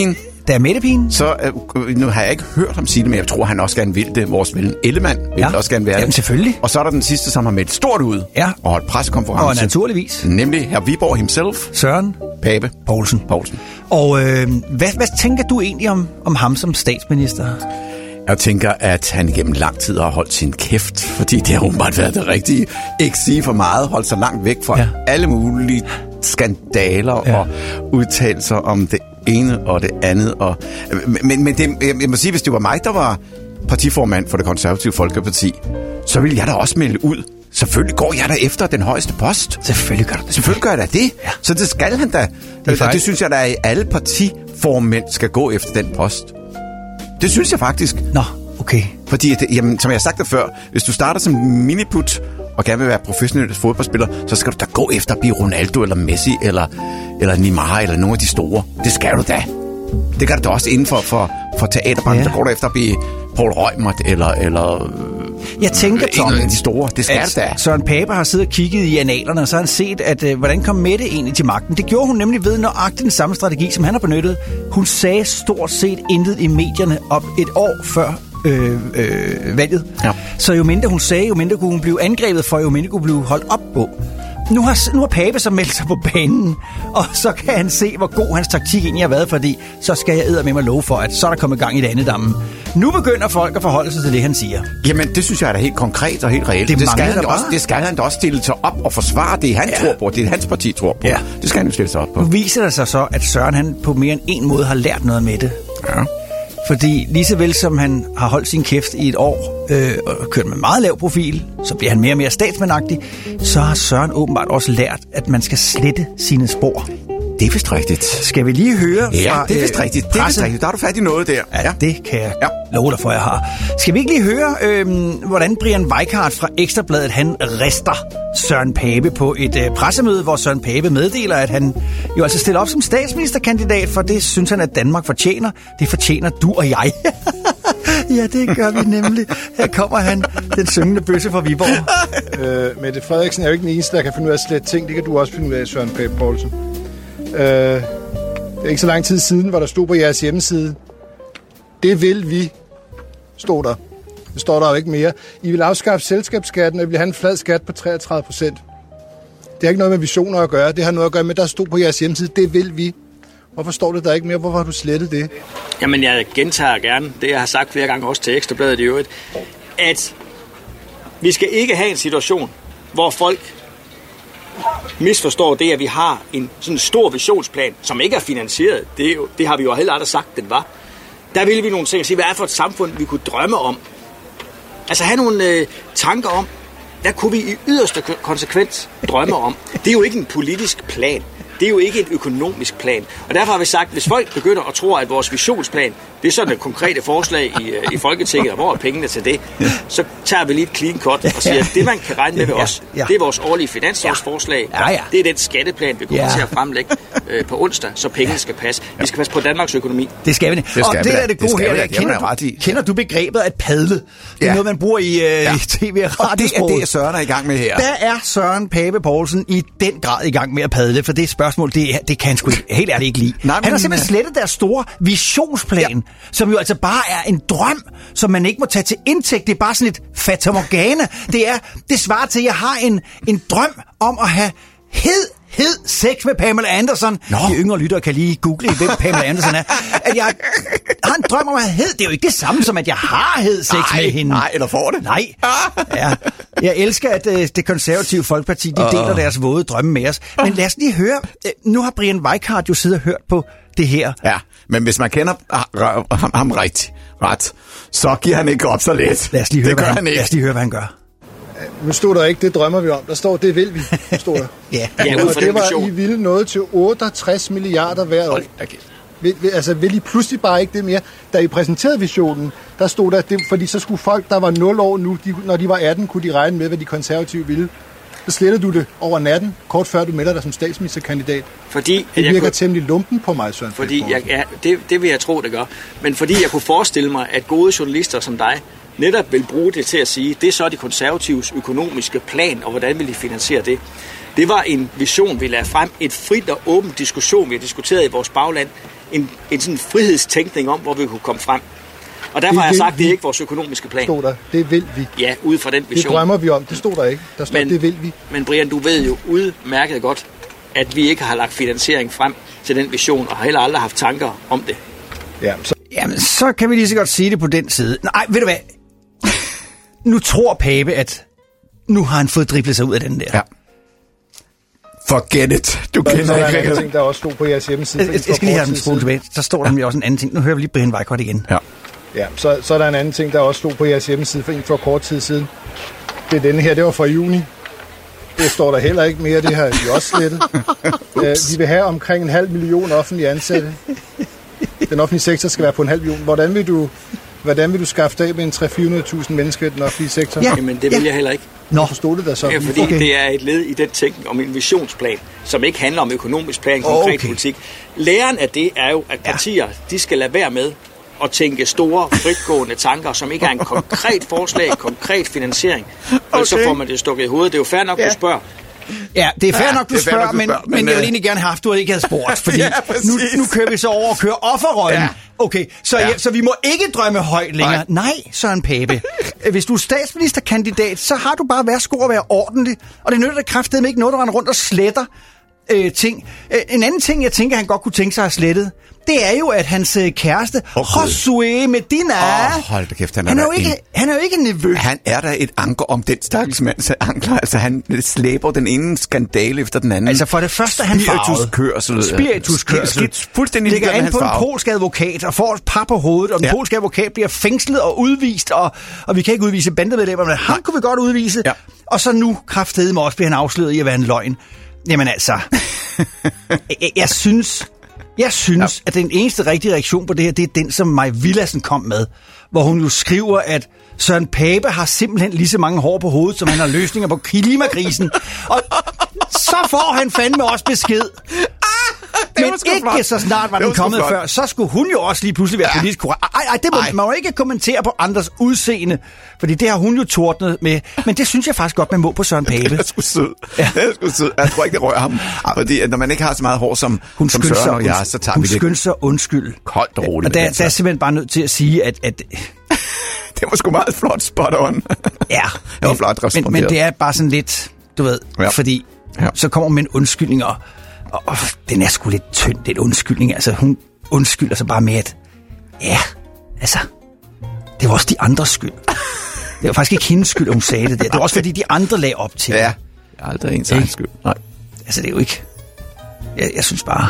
Der er Mette-pigen. Så øh, nu har jeg ikke hørt ham sige det, men jeg tror, han også gerne vil det. Vores ven Ellemann vil ja. også gerne være Jamen, det. selvfølgelig. Og så er der den sidste, som har meldt stort ud ja. og holdt pressekonference. Og naturligvis. Nemlig hr. Viborg himself. Søren Pape Poulsen. Poulsen. Og øh, hvad, hvad tænker du egentlig om, om ham som statsminister? Jeg tænker, at han gennem lang tid har holdt sin kæft, fordi det har åbenbart været det rigtige. Ikke sige for meget, holdt sig langt væk fra ja. alle mulige skandaler ja. og udtalelser om det ene og det andet. Og, men men det, jeg må sige, hvis det var mig, der var partiformand for Det Konservative Folkeparti, så ville jeg da også melde ud. Selvfølgelig går jeg da efter den højeste post. Selvfølgelig gør du det. Selvfølgelig gør jeg da det. Ja. Så det skal han da. Det, og det synes jeg da, at alle partiformænd skal gå efter den post. Det synes jeg faktisk. Nå, okay. Fordi, det, jamen, som jeg har sagt det før, hvis du starter som miniput og gerne vil være professionel fodboldspiller, så skal du da gå efter at blive Ronaldo eller Messi eller, eller Neymar eller nogle af de store. Det skal du da. Det gør du da også inden for, for, for teaterbranchen. Ja. Der går du efter at blive Poul Reumert eller... eller jeg tænker, Tom, en af de store. Det skal da. Søren Pape har siddet og kigget i analerne, og så har han set, at øh, hvordan kom Mette egentlig til magten. Det gjorde hun nemlig ved nøjagtigt den samme strategi, som han har benyttet. Hun sagde stort set intet i medierne op et år før øh, øh, valget. Ja. Så jo mindre hun sagde, jo mindre kunne hun blive angrebet for, jo mindre kunne blive holdt op på. Nu har, nu har Pape så meldt sig på banen, og så kan han se, hvor god hans taktik egentlig har været, fordi så skal jeg eddermame mig love for, at så er der kommet gang i det andet damme. Nu begynder folk at forholde sig til det, han siger. Jamen, det synes jeg er da helt konkret og helt reelt. Det, det, skal, han også, det skal han da også stille sig op og forsvare det, han ja. tror på, det hans parti tror på. Ja. Det skal han jo stille sig op på. Nu viser det sig så, at Søren han på mere end en måde har lært noget med det. Ja. Fordi lige så vel som han har holdt sin kæft i et år øh, og kørt med meget lav profil, så bliver han mere og mere statsmandagtig, så har Søren åbenbart også lært, at man skal slette sine spor. Det er vist rigtigt. Skal vi lige høre ja, fra... det er vist rigtigt. Det er vist rigtigt. Der har du fat i noget der. Ja, ja. Det kan jeg ja. love dig for, jeg har. Skal vi ikke lige høre, øh, hvordan Brian Weikart fra Ekstrabladet, han rister Søren Pape på et øh, pressemøde, hvor Søren Pape meddeler, at han jo altså stiller op som statsministerkandidat, for det synes han, at Danmark fortjener. Det fortjener du og jeg. Ja, det gør vi nemlig. Her kommer han, den syngende bøsse fra Viborg. øh, Mette Frederiksen er jo ikke den eneste, der kan finde ud af at slette ting. Det kan du også finde ud af, Søren Pape Poulsen. Øh, det er ikke så lang tid siden, hvor der stod på jeres hjemmeside. Det vil vi, stod der. Det står der jo ikke mere. I vil afskaffe selskabsskatten, og I vil have en flad skat på treogtredive procent. Det har ikke noget med visioner at gøre. Det har noget at gøre med, der stod på jeres hjemmeside. Det vil vi. Hvorfor står det der ikke mere? Hvorfor har du slettet det? Jamen, jeg gentager gerne det, jeg har sagt flere gange også til Ekstrabladet i øvrigt, at vi skal ikke have en situation, hvor folk misforstår det, at vi har en sådan stor visionsplan, som ikke er finansieret. Det, er jo, det har vi jo heller aldrig sagt, den var. Der ville vi nogle ting at sige, hvad er for et samfund, vi kunne drømme om. Altså have nogle øh, tanker om, hvad kunne vi i yderste konsekvens drømme om. Det er jo ikke en politisk plan. Det er jo ikke en økonomisk plan. Og derfor har vi sagt, hvis folk begynder at tro, at vores visionsplan, det er sådan et konkrete forslag i, i Folketinget, og hvor er pengene til det, så tager vi lige et clean cut og siger, at det, man kan regne med ved os, det er vores årlige finanslovsforslag. Ja, ja. Det er den skatteplan, vi kommer ja. til at fremlægge øh, på onsdag, så pengene skal passe. Vi skal passe på Danmarks økonomi. Det skal vi. Det skal og vi det da. er det gode det her. Kender, ret i. du, kender du begrebet at padle? Det er ja. noget, man bruger i, øh, ja. i tv og radiosproget. Det er det, Søren er i gang med her. Der er Søren Pape Poulsen i den grad i gang med at padle, for det spørgsmål, det, det kan han sgu helt ærligt ikke lide. Nej, men, han har simpelthen slettet deres store visionsplan, ja. som jo altså bare er en drøm, som man ikke må tage til indtægt. Det er bare sådan et fatamorgana. Det er, det svarer til, at jeg har en, en drøm om at have hed, hed sex med Pamela Anderson. Nå. De yngre lyttere kan lige google, hvem Pamela Anderson er. At jeg har en drøm om at have hed. Det er jo ikke det samme som, at jeg har hed sex nej, med hende. Nej, eller får det. Nej. Ja. Jeg elsker, at uh, det konservative Folkeparti, de deler uh. deres våde drømme med os. Men lad os lige høre. Uh, nu har Brian Weikart jo siddet og hørt på det her. Ja, men hvis man kender ham, ham ret, ret, så giver han ikke op så let. Lad os lige høre, det gør han, han ikke. Lad os lige høre, hvad han gør. Nu stod der ikke, det drømmer vi om. Der står, det vil vi. Stod der. ja. ja og det var, I ville noget til otteogtres milliarder hver år. Okay. Vil, vil, altså, vil I pludselig bare ikke det mere? Da I præsenterede visionen, der stod der, det, fordi så skulle folk, der var nul år nu, de, når de var atten, kunne de regne med, hvad de konservative ville. Så slettede du det over natten, kort før du melder dig som statsministerkandidat. Fordi det virker jeg kunne, temmelig lumpen på mig, Søren. Fordi jeg, ja, det, det vil jeg tro, det gør. Men fordi jeg kunne forestille mig, at gode journalister som dig netop vil bruge det til at sige, det er så de konservatives økonomiske plan, og hvordan vil de finansiere det. Det var en vision, vi lagde frem, et frit og åbent diskussion, vi har diskuteret i vores bagland en, en sådan frihedstænkning om, hvor vi kunne komme frem. Og derfor har jeg sagt, at det er ikke vores økonomiske plan. Stod der. Det vil vi. Ja, ud fra den vision. Det drømmer vi om. Det stod der ikke. Der stod, men, det vil vi. Men Brian, du ved jo udmærket godt, at vi ikke har lagt finansiering frem til den vision, og har heller aldrig haft tanker om det. Ja, så... Jamen, så kan vi lige så godt sige det på den side. Nej, ved du hvad? Nu tror Pape, at nu har han fået driblet sig ud af den der. Ja. Forget it. Du der kender ikke ikke rigtig ting, der også stod på jeres hjemmeside. Jeg, jeg skal lige have den spole tilbage. Så står der ja. også en anden ting. Nu hører vi lige Brian Weikart igen. Ja. Ja, så, så er der en anden ting, der også stod på jeres hjemmeside for en for kort tid siden. Det er denne her, det var fra juni. Det står der heller ikke mere, det har vi også slettet. uh, vi vil have omkring en halv million offentlige ansatte. Den offentlige sektor skal være på en halv million. Hvordan vil du, hvordan vil du skaffe af med en tre til fire hundrede tusind mennesker i den offentlige sektor? Ja. Jamen, det vil jeg heller ikke. Nå, forstod det da så. Ja, fordi okay. det er et led i den tænkning om en visionsplan, som ikke handler om økonomisk plan, konkret okay. politik. Læren af det er jo, at partier, ja. de skal lade være med at tænke store, fritgående tanker, som ikke er en konkret forslag, en konkret finansiering. Okay. Og så får man det stukket i hovedet. Det er jo fair nok, ja. du spørger. Ja, det er fair ja, nok, du spørger, nok, du spørger, men, men, men jeg ville egentlig gerne have haft, du ikke havde spurgt, fordi ja, nu, nu kører vi så over og kører offerrollen. Ja. Okay, så, ja. Ja, så vi må ikke drømme højt længere. Nej, Nej Søren Pape. Hvis du er statsministerkandidat, så har du bare værsgo at være ordentlig, og det nytter da kraftedeme ikke noget, der render rundt og sletter øh, ting. Øh, en anden ting, jeg tænker, han godt kunne tænke sig at have slettet, det er jo, at hans øh, kæreste, okay. Josué Medina, oh, hold da kæft, han er, han er, jo ikke, en, han er jo ikke nevø. Han er der et anker om den stakkels mands ankler. Altså, han slæber den ene skandale efter den anden. Altså, for det første, han farvet. Spirituskørsel. Spirituskørsel. Fuldstændig ligger an på en polsk advokat og får et par på hovedet, og den ja. polske advokat bliver fængslet og udvist, og, og vi kan ikke udvise bandemedlemmer, men ham kunne vi godt udvise. Ja. Og så nu, kraftedeme også, bliver han afsløret i at være en løgn. Jamen altså, jeg, jeg synes... Jeg synes, ja. at den eneste rigtige reaktion på det her, det er den, som Maj Villadsen kom med, hvor hun jo skriver, at Søren Pape har simpelthen lige så mange hår på hovedet, som han har løsninger på klimakrisen. Og så får han fandme også besked. Men ikke flot. Så snart var den var kommet flot. Før, så skulle hun jo også lige pludselig være ja. politisk korrekt. Ej, ej, det må ej. man jo ikke kommentere på andres udseende, fordi det har hun jo tordnet med. Men det synes jeg faktisk godt, man må på Søren Pape. Det er sgu sød. Ja. Det er sgu sød. Jeg tror ikke, det rører ham. Fordi når man ikke har så meget hår som, hun som Søren og jeg, så tager hun vi det. Hun skyndte sig undskyld. Koldt og roligt. Og der, der er simpelthen bare nødt til at sige, at... at det var sgu meget flot spot on. Ja. Det var flot responderet. Men, men det er bare sådan lidt, du ved, ja. fordi ja. så kommer man en undskyldning, og, og, og den er sgu lidt tynd, den undskyldning. Altså, hun undskylder sig bare med, at ja, altså, det var også de andres skyld. Det var faktisk ikke hendes skyld, at hun sagde det der. Det var også fordi, de andre lagde op til. Ja, jeg har aldrig ens egen skyld. Nej. Altså, det er jo ikke... Jeg, jeg synes bare...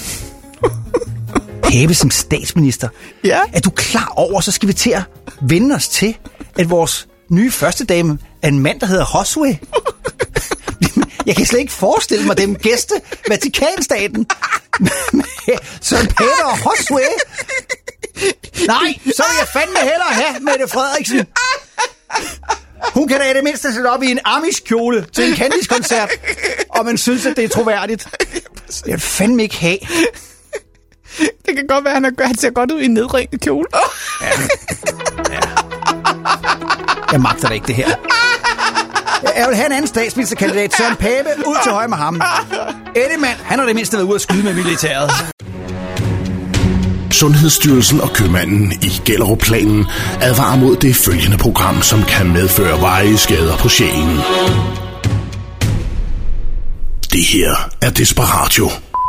Pape som statsminister. Ja. Er du klar over, så skal vi til at vende os til, at vores nye førstedame er en mand, der hedder Josué. Jeg kan slet ikke forestille mig dem gæste Vatikanstaten. Søren Pape og Josué. Nej, så vil jeg fandme hellere have Mette Frederiksen. Hun kan da i det mindste sætte op i en Amish-kjole til en Candice-koncert, og man synes, at det er troværdigt. Jeg vil fandme ikke have. Det kan godt være, at han, er, han ser godt ud i en nedringet kjole. Ja. Ja. Jeg magter da ikke det her. Jeg vil have en anden statsministerkandidat, Søren Pape, ud til højre med ham. Eddiemann, han har det mindste været ude at skyde med militæret. Sundhedsstyrelsen og købmanden i Gellerup-planen advarer mod det følgende program, som kan medføre varige skader på sjælen. Det her er Desperatio.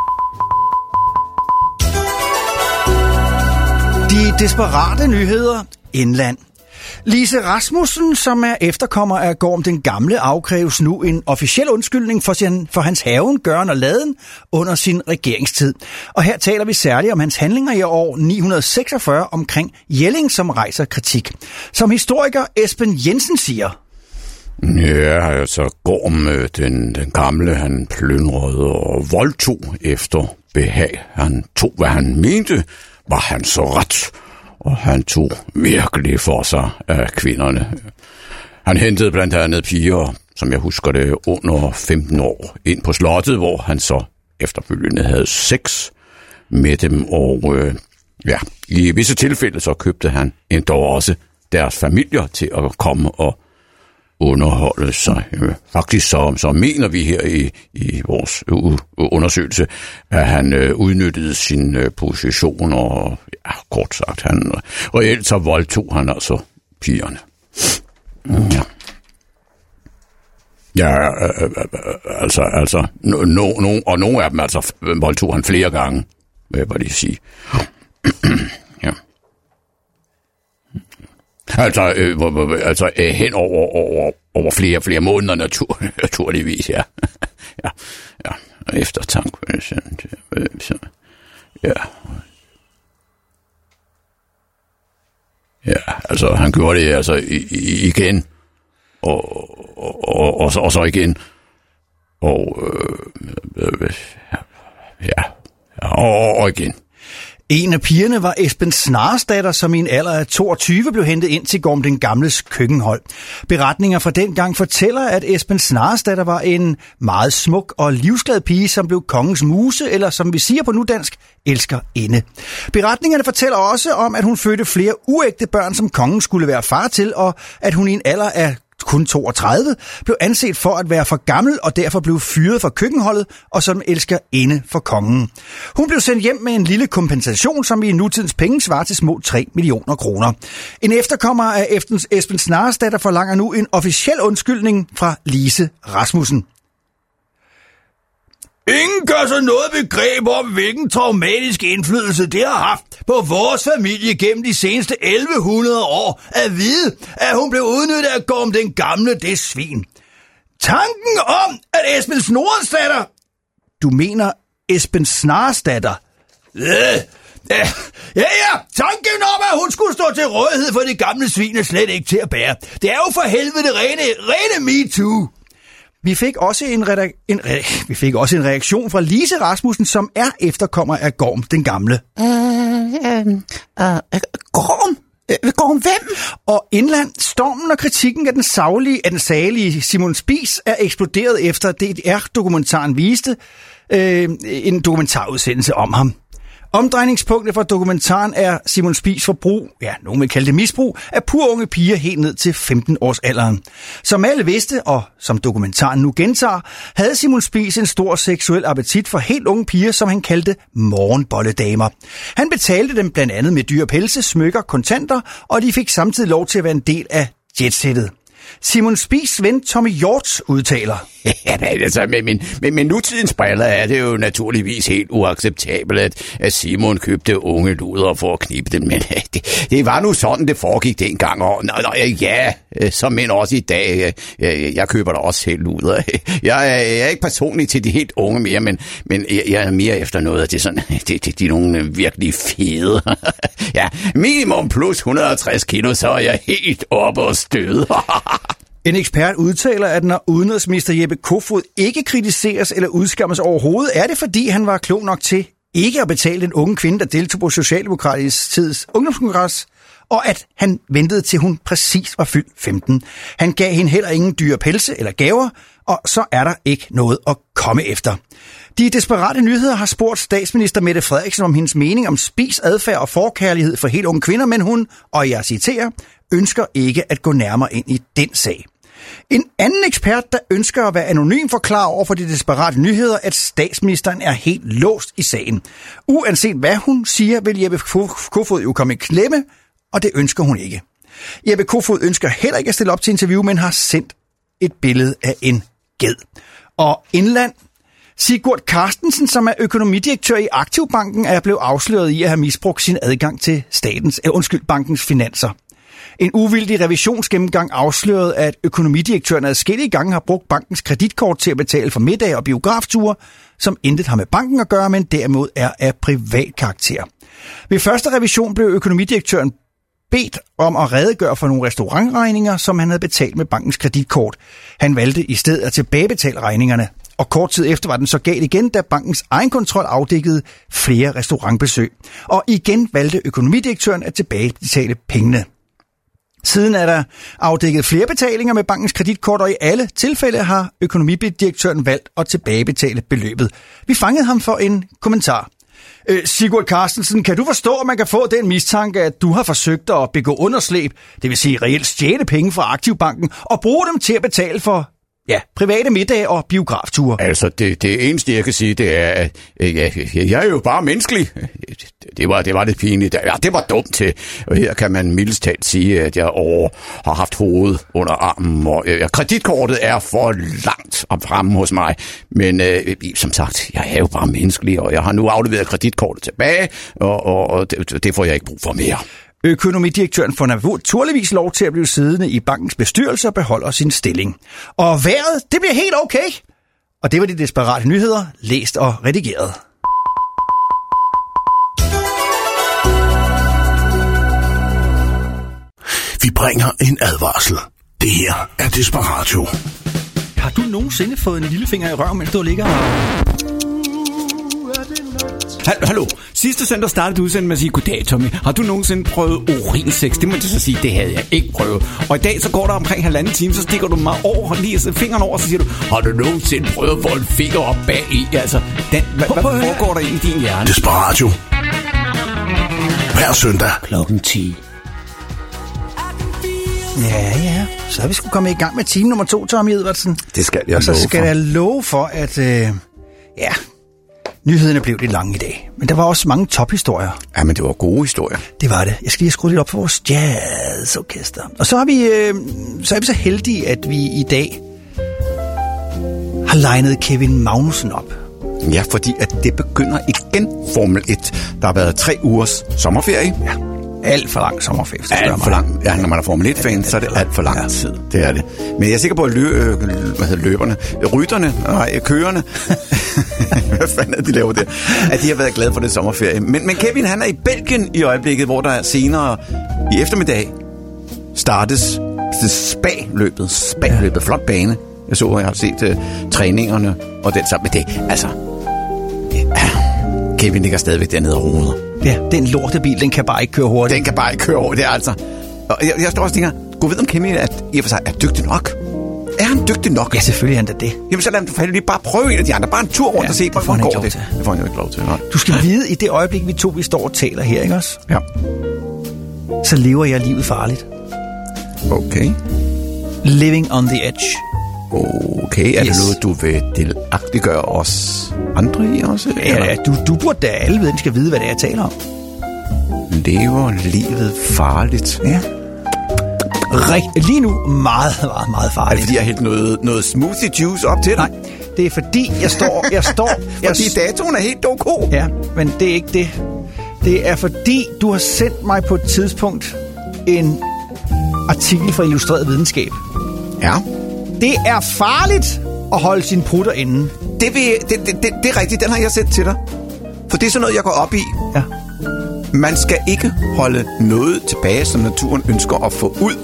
De desperate nyheder. Indland. Lise Rasmussen, som er efterkommer af Gorm den Gamle, afkræves nu en officiel undskyldning for, sin, for hans haven, gøren og laden under sin regeringstid. Og her taler vi særligt om hans handlinger i år ni hundrede seksogfyrre omkring Jelling, som rejser kritik. Som historiker Esben Jensen siger... Ja, altså Gorm den, den gamle, han plyndrede og voldtog efter behag. Han tog, hvad han mente, var han så ret, og han tog virkelig for sig af kvinderne. Han hentede blandt andet piger, som jeg husker det, under femten år, ind på slottet, hvor han så efterfølgende havde sex med dem, og øh, ja, i visse tilfælde så købte han endda også deres familier til at komme og underholde sig. Faktisk så, så mener vi her i, i vores undersøgelse, at han øh, udnyttede sin øh, position, og ja, kort sagt, han reelt så voldtog han altså pigerne. Ja. Ja, øh, øh, altså, altså, no, no, og nogle af dem altså voldtog han flere gange, vil jeg bare lige sige. Ja. Altså, øh, altså øh, hen over, over, over flere flere måneder natur, naturligvis, ja. ja, ja, efter tanke, så, ja. Ja, altså, han gjorde det altså i, i, igen, og, og, og, så, og så igen, og, øh, øh, ja, og, og igen. En af pigerne var Esben Snaresdatter, som i en alder af toogtyve blev hentet ind til Gorm den Gamles køkkenhold. Beretninger fra dengang fortæller, at Esben Snaresdatter var en meget smuk og livsglad pige, som blev kongens muse, eller som vi siger på nudansk, elskerinde. Beretningerne fortæller også om, at hun fødte flere uægte børn, som kongen skulle være far til, og at hun i en alder af kun toogtredive, blev anset for at være for gammel og derfor blev fyret fra køkkenholdet og som elskerinde for kongen. Hun blev sendt hjem med en lille kompensation, som i nutidens penge svarer til små tre millioner kroner. En efterkommer af Esben Snaresdatter forlanger nu en officiel undskyldning fra Lise Rasmussen. Ingen gør sig noget begreb om, hvilken traumatisk indflydelse det har haft på vores familie gennem de seneste elleve hundrede år at vide, at hun blev udnyttet af Gorm den Gamle, det svin. Tanken om, at Esben Snaresdatter... Du mener Esben Snaresdatter? Øh, øh, ja, ja, tanken om, at hun skulle stå til rådighed for det gamle svin er slet ikke til at bære. Det er jo for helvede rene, rene MeToo. Vi fik, også en redak- en re- vi fik også en reaktion fra Lise Rasmussen, som er efterkommer af Gorm den Gamle. Øh, øh, øh, Gorm? Øh, Gorm hvem? Og indland, stormen og kritikken af den savlige, af den salige Simon Spies er eksploderet efter D D R-dokumentaren viste øh, en dokumentarudsendelse om ham. Omdrejningspunktet for dokumentaren er Simon Spies forbrug, ja, nogen vil kalde det misbrug, af pur unge piger helt ned til femten års alderen. Som alle vidste, og som dokumentaren nu gentager, havde Simon Spies en stor seksuel appetit for helt unge piger, som han kaldte morgenbolledamer. Han betalte dem blandt andet med dyre pelse, smykker, kontanter, og de fik samtidig lov til at være en del af jetsettet. Simon Spies ven Tommy Hjorts udtaler. Ja, altså, med, min, med, med nutidens briller er det jo naturligvis helt uacceptabelt, at, at Simon købte unge luder for at knibe dem. Men det, det var nu sådan, det foregik dengang. Og nå, nå, ja, som men også i dag. Jeg, jeg køber da også helt luder. Jeg er, jeg er ikke personlig til de helt unge mere, men, men jeg, jeg er mere efter noget af det sådan. Det, det, de er nogle virkelig fede. Ja, minimum plus et hundrede og tres kilo, så er jeg helt oppe og støde. En ekspert udtaler, at når udenrigsminister Jeppe Kofod ikke kritiseres eller udskammes overhovedet, er det fordi han var klog nok til ikke at betale den unge kvinde, der deltog på Socialdemokratisk tids ungdomskongres, og at han ventede til hun præcis var fyldt femten. Han gav hende heller ingen dyre pelse eller gaver, og så er der ikke noget at komme efter. De desperate nyheder har spurgt statsminister Mette Frederiksen om hendes mening om Spies adfærd og forkærlighed for helt unge kvinder, men hun, og jeg citerer, ønsker ikke at gå nærmere ind i den sag. En anden ekspert, der ønsker at være anonym, forklarer over for de desperate nyheder, at statsministeren er helt låst i sagen. Uanset hvad hun siger, vil Jeppe Kofod jo komme i klemme, og det ønsker hun ikke. Jeppe Kofod ønsker heller ikke at stille op til interview, men har sendt et billede af en ged. Og indland, Sigurd Carstensen, som er økonomidirektør i Aktivbanken, er blevet afsløret i at have misbrugt sin adgang til statens, eh, undskyld, bankens finanser. En uvildig revisionsgennemgang afslørede, at økonomidirektøren adskillige gange har brugt bankens kreditkort til at betale for middag og biografture, som intet har med banken at gøre, men derimod er af privat karakter. Ved første revision blev økonomidirektøren bedt om at redegøre for nogle restaurantregninger, som han havde betalt med bankens kreditkort. Han valgte i stedet at tilbagebetale regningerne, og kort tid efter var den så galt igen, da bankens egenkontrol afdækkede flere restaurantbesøg. Og igen valgte økonomidirektøren at tilbagebetale pengene. Siden er der afdækket flere betalinger med bankens kreditkort, og i alle tilfælde har økonomidirektøren valgt at tilbagebetale beløbet. Vi fangede ham for en kommentar. Øh, Sigurd Carstensen, kan du forstå, at man kan få den mistanke, at du har forsøgt at begå underslæb, det vil sige reelt stjæle penge fra Aktivbanken, og bruge dem til at betale for, ja, private middage og biografture? Altså, det, det eneste, jeg kan sige, det er, at jeg, jeg er jo bare menneskelig. Det var, det var lidt pinligt. Ja, det var dumt til. Og her kan man mildest talt sige, at jeg over har haft hovedet under armen, og øh, kreditkortet er for langt op fremme hos mig. Men øh, som sagt, jeg er jo bare menneskelig, og jeg har nu afleveret kreditkortet tilbage, og, og, og det, det får jeg ikke brug for mere. Økonomidirektøren får naturligvis lov til at blive siddende i bankens bestyrelse og beholder sin stilling. Og vejret, det bliver helt okay. Og det var de desperate nyheder, læst og redigeret. Vi bringer en advarsel. Det her er Desperatio. Har du nogensinde fået en lillefinger i røven, mens du ligger og... Hallo, sidste søndag startede du udsendelsen med at sige, goddag Tommy, har du nogensinde prøvet urinsex? Det må du så sige, det havde jeg ikke prøvet. Og i dag så går der omkring halvanden time, så stikker du mig over, lige fingeren over, og så siger du, har du nogensinde prøvet at få en finger op bag i? Altså, den, hvad, hvad foregår der i din hjerne? Desperatio. Hver søndag. Klokken ti. Ja, ja. Så er vi sgu kommet i gang med time nummer to, Tommy Edvardsen. Det skal jeg Og så love skal for. jeg love for, at... Øh, ja... Nyhederne blev lidt lange i dag, men der var også mange tophistorier. Ja, men det var gode historier. Det var det. Jeg skal lige skrue lidt op for vores jazzorkester. Og så, har vi, øh, så er vi så heldige, at vi i dag har legnet Kevin Magnussen op. Ja, fordi at det begynder igen Formel et. Der har været tre ugers sommerferie. Ja. Alt for lang sommerferie. Alt for lang. Ja, når man er Formel et-fan, så er det alt for lang ja. tid. Det er det. Men jeg er sikker på, at lø, øh, hvad hedder løberne, rytterne, nej, kørerne, hvad fanden er de laver der, at de har været glade for det sommerferie. Men, men Kevin, han er i Belgien i øjeblikket, hvor der senere i eftermiddag startes spa-løbet. Spa-løbet, flot bane. Jeg så, jeg har set uh, træningerne og den sammen med det. Altså, ja, Kevin ligger stadigvæk dernede og roder. Ja, den lortebil, den kan bare ikke køre hurtigt. Den kan bare ikke køre hurtigt, det er altså. Og jeg, jeg står også og tænker, gå ved om Kevin at i og for sig er dygtig nok. Er han dygtig nok? Ja, selvfølgelig er han da det. Jamen så lad ham lige bare prøve en af de andre. Bare en tur rundt ja, og se, hvordan går det. Til. Det får han jo ikke lov til. Nej. Du skal vide, i det øjeblik, vi to vi står og taler her, ikke også? Ja. Så lever jeg livet farligt. Okay. Living on the edge. Okay, er yes. det noget, du vil delagtiggøre os andre i også? Ja, ja du, du burde da alle viden skal vide, hvad det er, jeg taler om. Lever livet farligt? Ja. Rigt, lige nu meget, meget, meget farligt. Er det fordi, jeg har hældt noget, noget smoothie juice op til dig? Nej, det er fordi, jeg står... Jeg står jeg fordi datoen er helt ok. Ja, men det er ikke det. Det er fordi, du har sendt mig på et tidspunkt en artikel fra Illustreret Videnskab. Ja. Det er farligt at holde sine prutter inde. Det, vil, det, det, det, det er rigtigt, den har jeg sendt til dig. For det er sådan noget, jeg går op i. Ja. Man skal ikke holde noget tilbage, som naturen ønsker at få ud.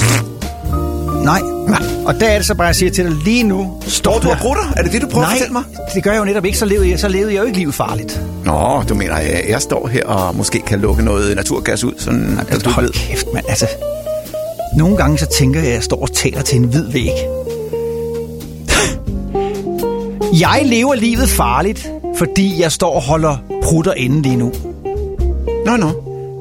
Nej, nej. Og der er det så bare, jeg siger til dig lige nu. Står du og prutter? Er det det, du prøver nej, at fortælle mig? Det gør jeg jo netop ikke, så levede jeg, så levede jeg jo ikke livet farligt. Nå, du mener, jeg, jeg står her og måske kan lukke noget naturgas ud, sådan nej, altså, hold kæft, mand. Altså, nogle gange så tænker jeg, at jeg står og taler til en hvid væg. Jeg lever livet farligt, fordi jeg står og holder prutter inde lige nu. Nå, nå.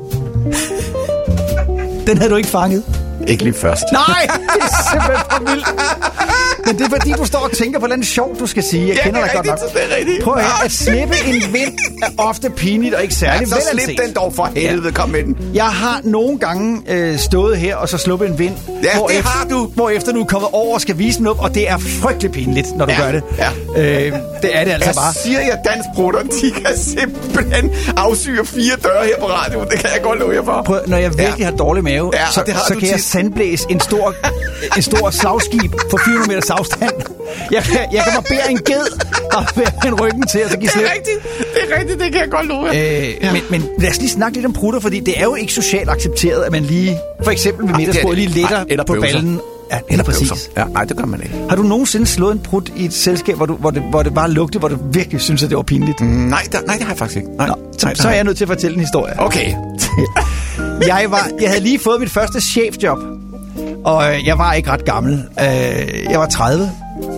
Den havde du ikke fanget. Ikke lige først. Nej, det er simpelthen for vildt. Men det er fordi, du står og tænker på, hvordan sjovt du skal sige. Jeg ja, kender dig godt nok. Prøv at høre, at slippe en vind er ofte pinligt og ikke særlig ja, så slip den dog for helvede, kom med den. Jeg har nogle gange øh, stået her og så sluppet en vind. Ja, hvor det efter, har du. Hvor efter du er kommet over og skal vise den op, og det er frygtelig pinligt, når du ja, gør det. Ja. Øh, det er det altså jeg bare. Jeg siger jeg, danskprutter, de kan simpelthen afsyre fire døre her på radioen. Det kan jeg godt love jer for. Prøv, når jeg virkelig ja. har dårlig mave, ja, så, så kan tit. jeg sandblæse en stor, en stor slagskib på fire hundrede meters afstand. Jeg kan, jeg kan barbere en ged og bære en ryggen til, og så give slip. Det er rigtigt, det er rigtigt, det kan jeg godt love. Øh, ja. men, men lad os lige snakke lidt om prutter, fordi det er jo ikke socialt accepteret, at man lige, for eksempel ved middagsbordet, lige lægger eller på ballen. Ja, eller præcis. Ja, nej, det gør man ikke. Har du nogensinde slået en prut i et selskab, hvor, du, hvor, det, hvor det bare lugte, hvor du virkelig synes, at det var pinligt? Mm, nej, der, nej, det har jeg faktisk ikke. Nej, Nå, så, nej, så er jeg nødt til at fortælle en historie. Okay. jeg, var, jeg havde lige fået mit første chefjob, og jeg var ikke ret gammel. Jeg var tredive.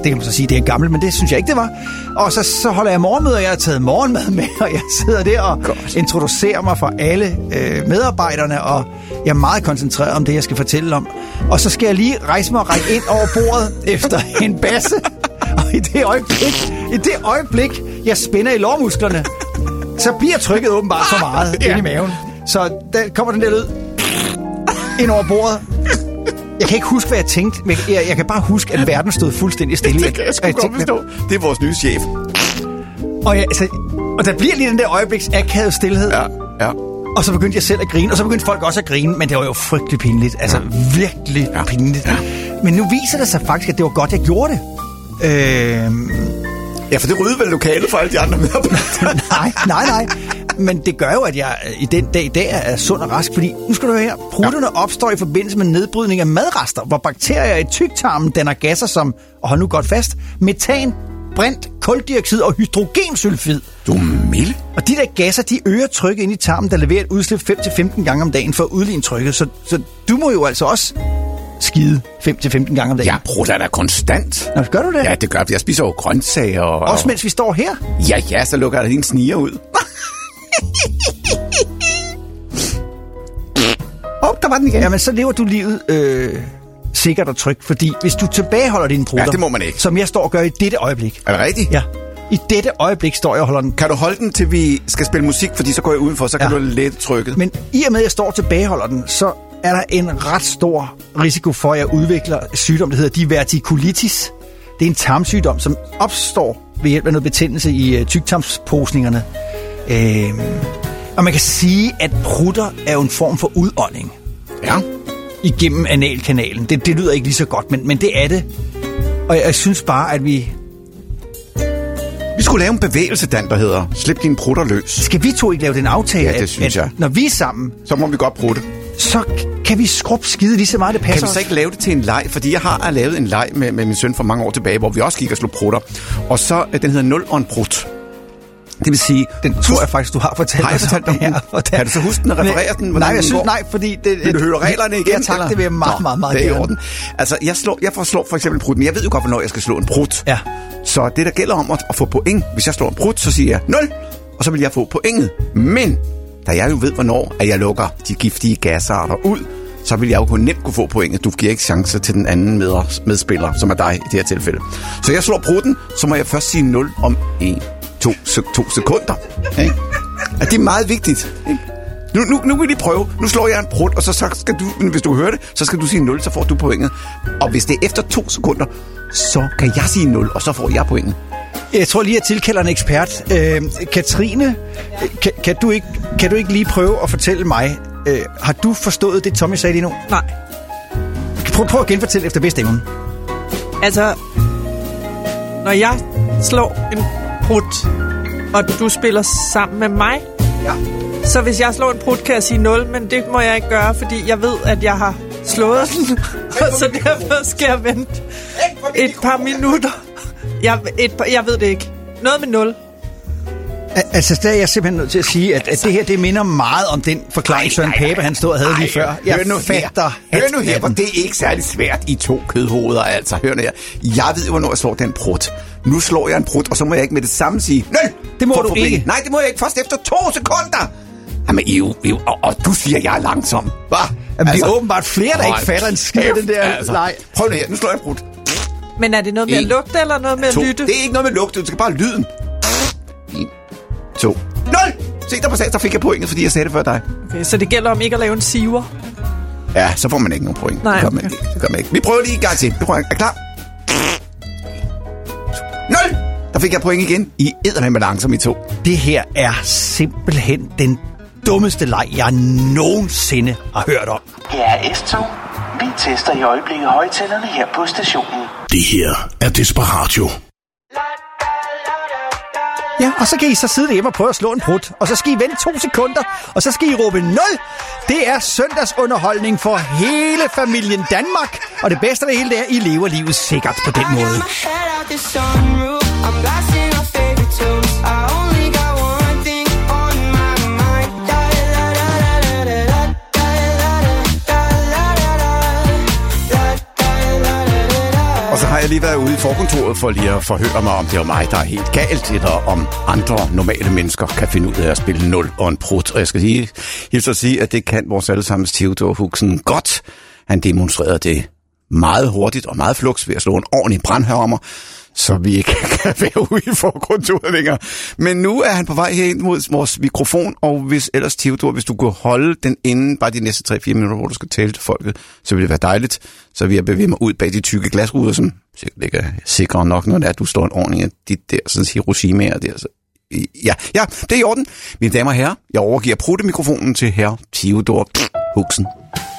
kan man så sige, det er gammelt, men det synes jeg ikke, det var. Og så, så holder jeg morgenmøde, og jeg har taget morgenmad med, og jeg sidder der og God. introducerer mig for alle øh, medarbejderne, og jeg er meget koncentreret om det, jeg skal fortælle om. Og så skal jeg lige rejse mig og række ind over bordet efter en basse. Og i det øjeblik, i det øjeblik, jeg spænder i lårmusklerne, så bliver trykket åbenbart for meget ja. ind i maven. Så der kommer den der lyd ind over bordet. Jeg kan ikke huske, hvad jeg tænkte, men jeg, jeg kan bare huske, at verden stod fuldstændig stille. Det kan jeg sgu godt forstå. Det er vores nye chef. Og, jeg, altså, og der bliver lige den der øjebliks akavet stillhed. Ja, ja. Og så begyndte jeg selv at grine, og så begyndte folk også at grine, men det var jo frygtelig pinligt. Altså ja. virkelig ja. pinligt. Ja. Men nu viser det sig faktisk, at det var godt, jeg gjorde det. Øhm... Ja, for det rydde vel lokalet for alle de andre medarbejdere. nej, nej, nej. Men det gør jo, at jeg i den dag i dag er sund og rask, fordi nu skal du høre her. Prutterne ja. opstår i forbindelse med nedbrydning af madrester, hvor bakterier i tyktarmen danner gasser som, og hold nu godt fast, metan, brint, kuldioxid og hydrogensulfid. Du milde. Og de der gasser, de øger trykket ind i tarmen, der leverer et udslip fem til femten gange om dagen for at udligne trykket. Så, så du må jo altså også skide fem til femten gange om dagen. Jeg prutter da konstant. Nå, gør du det? Ja, det gør jeg. Jeg spiser jo grøntsager. Og... Også mens vi står her? Ja, ja, så lukker der din sniger ud. Åh, oh, der var den igen. Jamen, så lever du livet øh, sikkert og trygt, fordi hvis du tilbageholder dine prutter... Ja, det må man ikke. Som jeg står og gør i dette øjeblik. Er det rigtigt? Ja. I dette øjeblik står jeg og holder den. Kan du holde den, til vi skal spille musik, fordi så går jeg udenfor, så kan ja. du lette trykket. Men i og med, at jeg står og tilbageholder den, så er der en ret stor risiko for, at jeg udvikler sygdom, der hedder divertikulitis. Det er en tarmsygdom, som opstår ved hjælp af noget betændelse i uh, tyktarmsposningerne. Øhm, og man kan sige, at prutter er jo en form for udånding. Ja. Igennem analkanalen. Det, det lyder ikke lige så godt, men, men det er det. Og jeg, jeg synes bare, at vi... Vi skulle lave en bevægelse, Dan, der hedder Slip dine prutter løs. Skal vi to ikke lave den aftale, ja, det at, synes at jeg. når vi er sammen... Så må vi godt prutte. Så kan vi skrubbe skide lige så meget, det passer. Kan vi så ikke lave det til en leg? Fordi jeg har lavet en leg med, med min søn for mange år tilbage, hvor vi også gik og slog prutter. Og så, den hedder nul og en prut. Det vil sige... Den tror jeg faktisk, du har fortalt. Har jeg fortalt om den? Ja, kan du så huske den og referere den? Nej, jeg synes, nej, fordi... Det, vil du høre reglerne igen? Ja, tak, eller? Det vil jeg meget, meget, meget, meget gerne. Altså, jeg, slår, jeg får slå for eksempel en prut, men jeg ved jo godt, hvornår jeg skal slå en prut. Ja. Så det, der gælder om at, at få point, hvis jeg slår en prut, så siger jeg nul, og så vil jeg få pointet. Men, da jeg jo ved, hvornår at jeg lukker de giftige gasarter ud, så vil jeg jo kun nemt kunne få pointet. Du giver ikke chance til den anden med, medspiller, som er dig i det her tilfælde. Så jeg slår prutten, så må jeg først sige nul om en, to, to sekunder. Ikke? Det er meget vigtigt. Ikke? Nu, nu, nu vil vi lige prøve. Nu slår jeg en prut, og så, så skal du, hvis du hører det, så skal du sige nul, så får du pointet. Og hvis det er efter to sekunder, så kan jeg sige nul, og så får jeg pointet. Jeg tror lige, jeg tilkalder en ekspert. Øh, Katrine, kan, kan, du ikke, kan du ikke lige prøve at fortælle mig, øh, har du forstået det, Tommy sagde lige nu? Nej. Prøv, prøv at genfortælle efter bedste evne. Altså, når jeg slår en prut, og du spiller sammen med mig, ja. Så hvis jeg slår en prut, kan jeg sige nul, men det må jeg ikke gøre, fordi jeg ved, at jeg har slået den, så derfor skal jeg vente et par minutter. Jeg, et par, jeg ved det ikke. Noget med nul. Altså, der er jeg simpelthen nødt til at sige, at, at det her, det minder meget om den forklaring, Søren Pape, han stod og havde lige før. Jeg hør nu fatter, her. Hør nu her, for det er ikke særlig svært i to kødhoveder, altså. Hør nu her. Jeg ved, hvornår jeg slår den prut. Nu slår jeg en prut, og så må jeg ikke med det samme sige nul. Det må du ikke. Nej, det må jeg ikke. Først efter to sekunder. Jamen, Ev, Ev, og, og du siger, at jeg er langsom. Hva? Jamen, altså, det er åbenbart flere, der ikke fatter en skid, den der altså. Nej. Prøv det her. Nu slår jeg en prut. Men er det noget med en, at lugte, eller noget med to. At lytte? Det er ikke noget med lugte, du skal bare lyden. En, to, nul! Se der på sag, så fik jeg pointet, fordi jeg sagde det før dig. Okay, så det gælder om ikke at lave en siver? Ja, så får man ikke nogen point. Nej, det gør okay. man ikke. Det gør man ikke. Vi prøver lige en gang til. Vi prøver. Er klar? nul! Der fik jeg point igen. I eddermame langsom i to. Det her er simpelthen den dummeste leg, jeg nogensinde har hørt om. Her er S to. Vi tester i øjeblikket højtalerne her på stationen. Det her er Desperatio. Ja, og så kan I så sidde derhjemme og prøve at slå en prut, og så skal I vente to sekunder, og så skal I råbe nul. Det er søndagsunderholdning for hele familien Danmark, og det bedste af det hele det er, at I lever livet sikkert på den måde. Og så har jeg lige været ude i forkontoret for lige at forhøre mig, om det er mig, der er helt galt, eller om andre normale mennesker kan finde ud af at spille nul og en prut. Og jeg skal sige, hilse at sige, at det kan vores allesammens Theodor Huxen godt. Han demonstrerede det meget hurtigt og meget fluks ved at slå en ordentlig brandhammer, så vi ikke kan være ude i forkontoret længere. Men nu er han på vej herind mod vores mikrofon, og hvis ellers, Theodor, hvis du kunne holde den inde bare de næste tre fire minutter, hvor du skal tale til folket, så vil det være dejligt. Så vil jeg bevæge mig ud bag de tykke glasruder, som sikkert ikke er sikre nok, når det er, at du står en ordentlig af de der sådan Hiroshima'er der. Så ja, ja, det er i orden. Mine damer og herrer, jeg overgiver prutte-mikrofonen til herre Theodor Huxen.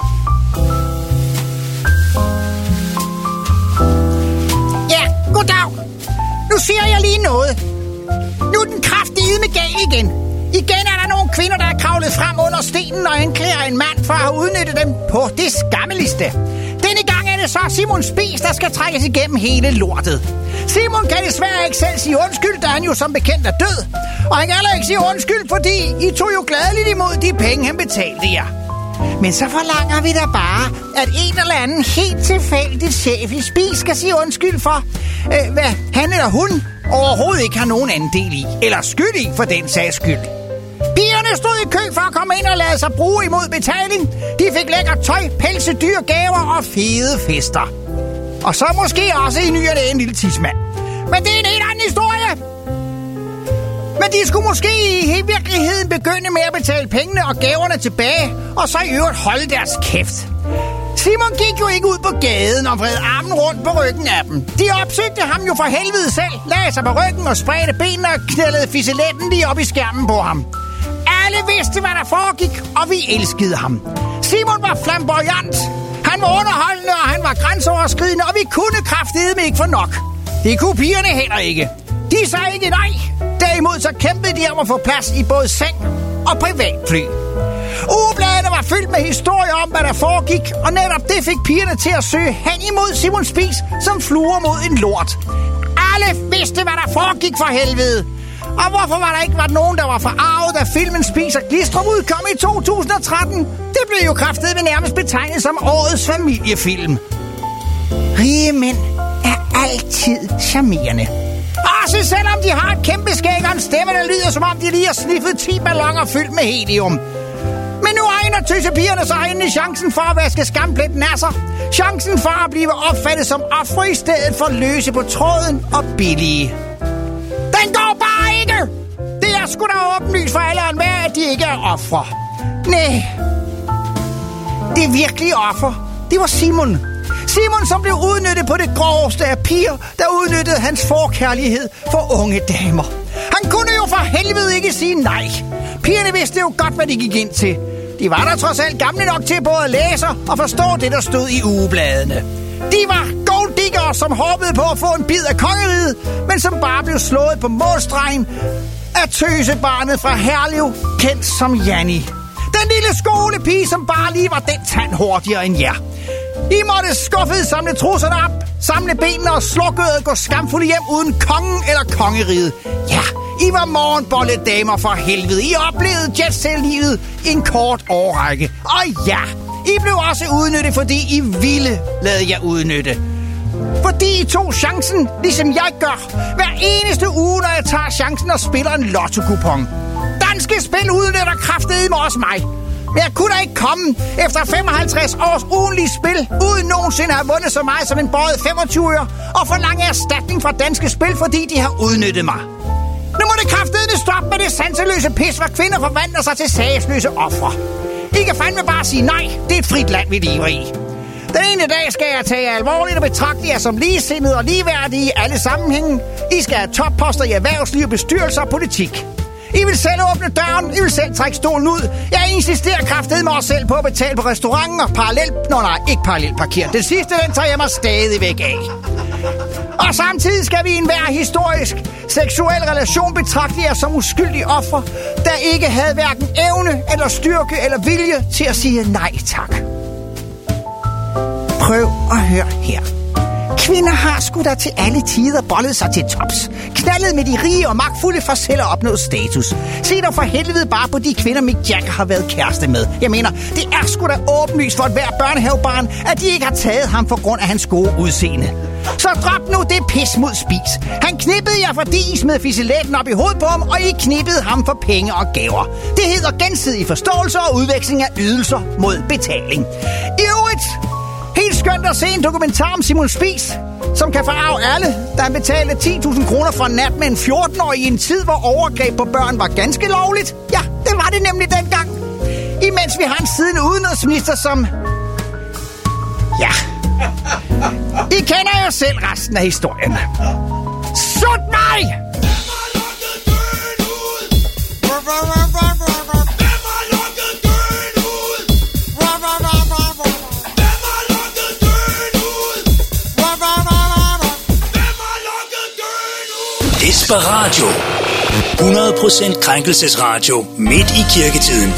Goddag. Nu siger jeg lige noget. Nu er den kraftedeme gal igen. Igen er der nogle kvinder, der er kravlet frem under stenen og anklager en mand for at have udnyttet dem på det skammeligste. Denne gang er det så Simon Spies, der skal trækkes igennem hele lortet. Simon kan desværre ikke selv sige undskyld, da han jo som bekendt er død. Og han kan heller ikke sige undskyld, fordi I tog jo gladeligt imod de penge, han betalte jer. Men så forlanger vi da bare, at en eller anden helt tilfældigt chef i Spies skal sige undskyld for, øh, hvad han eller hun overhovedet ikke har nogen anden del i, eller skyld i for den sags skyld. Pigerne stod i kø for at komme ind og lade sig bruge imod betaling. De fik lækker tøj, pelse, dyr, gaver og fede fester. Og så måske også i ny og en lille tidsmand. Men det er en helt anden historie. Men de skulle måske i virkeligheden begynde med at betale pengene og gaverne tilbage, og så i øvrigt holde deres kæft. Simon gik jo ikke ud på gaden og vred armen rundt på ryggen af dem. De opsøgte ham jo for helvede selv, lagde sig på ryggen og spredte benene og knældede fisseletten lige op i skærmen på ham. Alle vidste, hvad der foregik, og vi elskede ham. Simon var flamboyant, han var underholdende, og han var grænseoverskridende, og vi kunne kraftedeme ikke få nok. Det kunne pigerne heller ikke. De sagde ikke nej. Derimod så kæmpede de om at få plads i både seng og privatfly. Ugebladene var fyldt med historier om, hvad der foregik, og netop det fik pigerne til at søge hen imod Simon Spies som fluer mod en lort. Alle vidste, hvad der foregik for helvede. Og hvorfor var der ikke var nogen, der var forarvet, da filmen Spies og Glistrup udkom i to tusind og tretten? Det blev jo kraftedeme nærmest betegnet som årets familiefilm. Rige mænd er altid charmerende. Også selvom de har et kæmpe skæg og en stemme, der lyder som om de lige har sniffet ti balloner fyldt med helium. Men nu har en af tøsepigerne så endelig chancen for at vaske skampletten af sig. Chancen for at blive opfattet som ofre i stedet for løse på tråden og billige. Den går bare ikke! Det er sgu da åbenlyst for alle og enhver, at de ikke er ofre. Næh. Det virkelige offer, det var Simon. Simon, som blev udnyttet på det groveste af piger, der udnyttede hans forkærlighed for unge damer. Han kunne jo for helvede ikke sige nej. Pigerne vidste jo godt, hvad de gik ind til. De var der trods alt gamle nok til både at læse og forstå det, der stod i ugebladene. De var golddiggere, som håbede på at få en bid af kongeriget, men som bare blev slået på målstregen af tøsebarnet fra Herlev, kendt som Janni. Den lille skolepige, som bare lige var den tand hurtigere end jer. I måtte skuffet samle trusserne op, samle benene og slukket gå skamfulde hjem uden kongen eller kongeriget. Ja, I var morgenbolledamer for helvede. I oplevede jetset-livet i en kort årrække. Og ja, I blev også udnyttet, fordi I ville lade jer udnytte. Fordi I tog chancen, ligesom jeg gør, hver eneste uge, når jeg tager chancen og spiller en lotto-kupon. Danske Spil udnytter kraftedeme også mig. Men jeg kunne da ikke komme efter femoghalvtreds års ugenlige spil, uden nogensinde at have vundet så meget som en bøjet femogtyve øre, og forlange erstatning fra Danske Spil, fordi de har udnyttet mig. Nu må det kraftedeme stoppe med det sanseløse pis, hvor kvinder forvandler sig til sagsløse ofre. I kan fandme bare sige nej. Det er et frit land, vi lever i. Den ene dag skal jeg tage alvorligt og betragte jer som ligesindede og ligeværdige i alle sammenhænge. I skal have topposter i erhvervsliv, bestyrelser og politik. I vil selv åbne døren, I vil selv trække stolen ud. Jeg insisterer kraftedeme også selv på at betale på restauranten og parallelt... Nå nej, ikke parallelt parkeret. Det sidste, den tager jeg mig stadigvæk af. Og samtidig skal vi i enhver historisk seksuel relation betragte jer som uskyldige ofre, der ikke havde hverken evne eller styrke eller vilje til at sige nej tak. Prøv at høre her. Kvinder har sgu da til alle tider bollet sig til tops. Knaldet med de rige og magtfulde for selv at opnå status. Se dog for helvede bare på de kvinder, Mick Jagger har været kæreste med. Jeg mener, det er sgu da åbenlyst for et hver børnehavebarn, at de ikke har taget ham for grund af hans gode udseende. Så drop nu det pis mod spis. Han knippede jer, fordi I smed fiseletten op i hovedet på ham, og I knippede ham for penge og gaver. Det hedder gensidig forståelse og udveksling af ydelser mod betaling. I øvrigt, helt skønt at se en dokumentar om Simon Spies, som kan forarve alle, da han betalte ti tusind kroner for en nat med en fjorten-årig i en tid, hvor overgreb på børn var ganske lovligt. Ja, det var det nemlig dengang. Imens vi har en siddende udenrigsminister, som... Ja... I kender jo selv resten af historien. Sut mig! Desperatio. hundrede procent krænkelsesradio midt i kirketiden.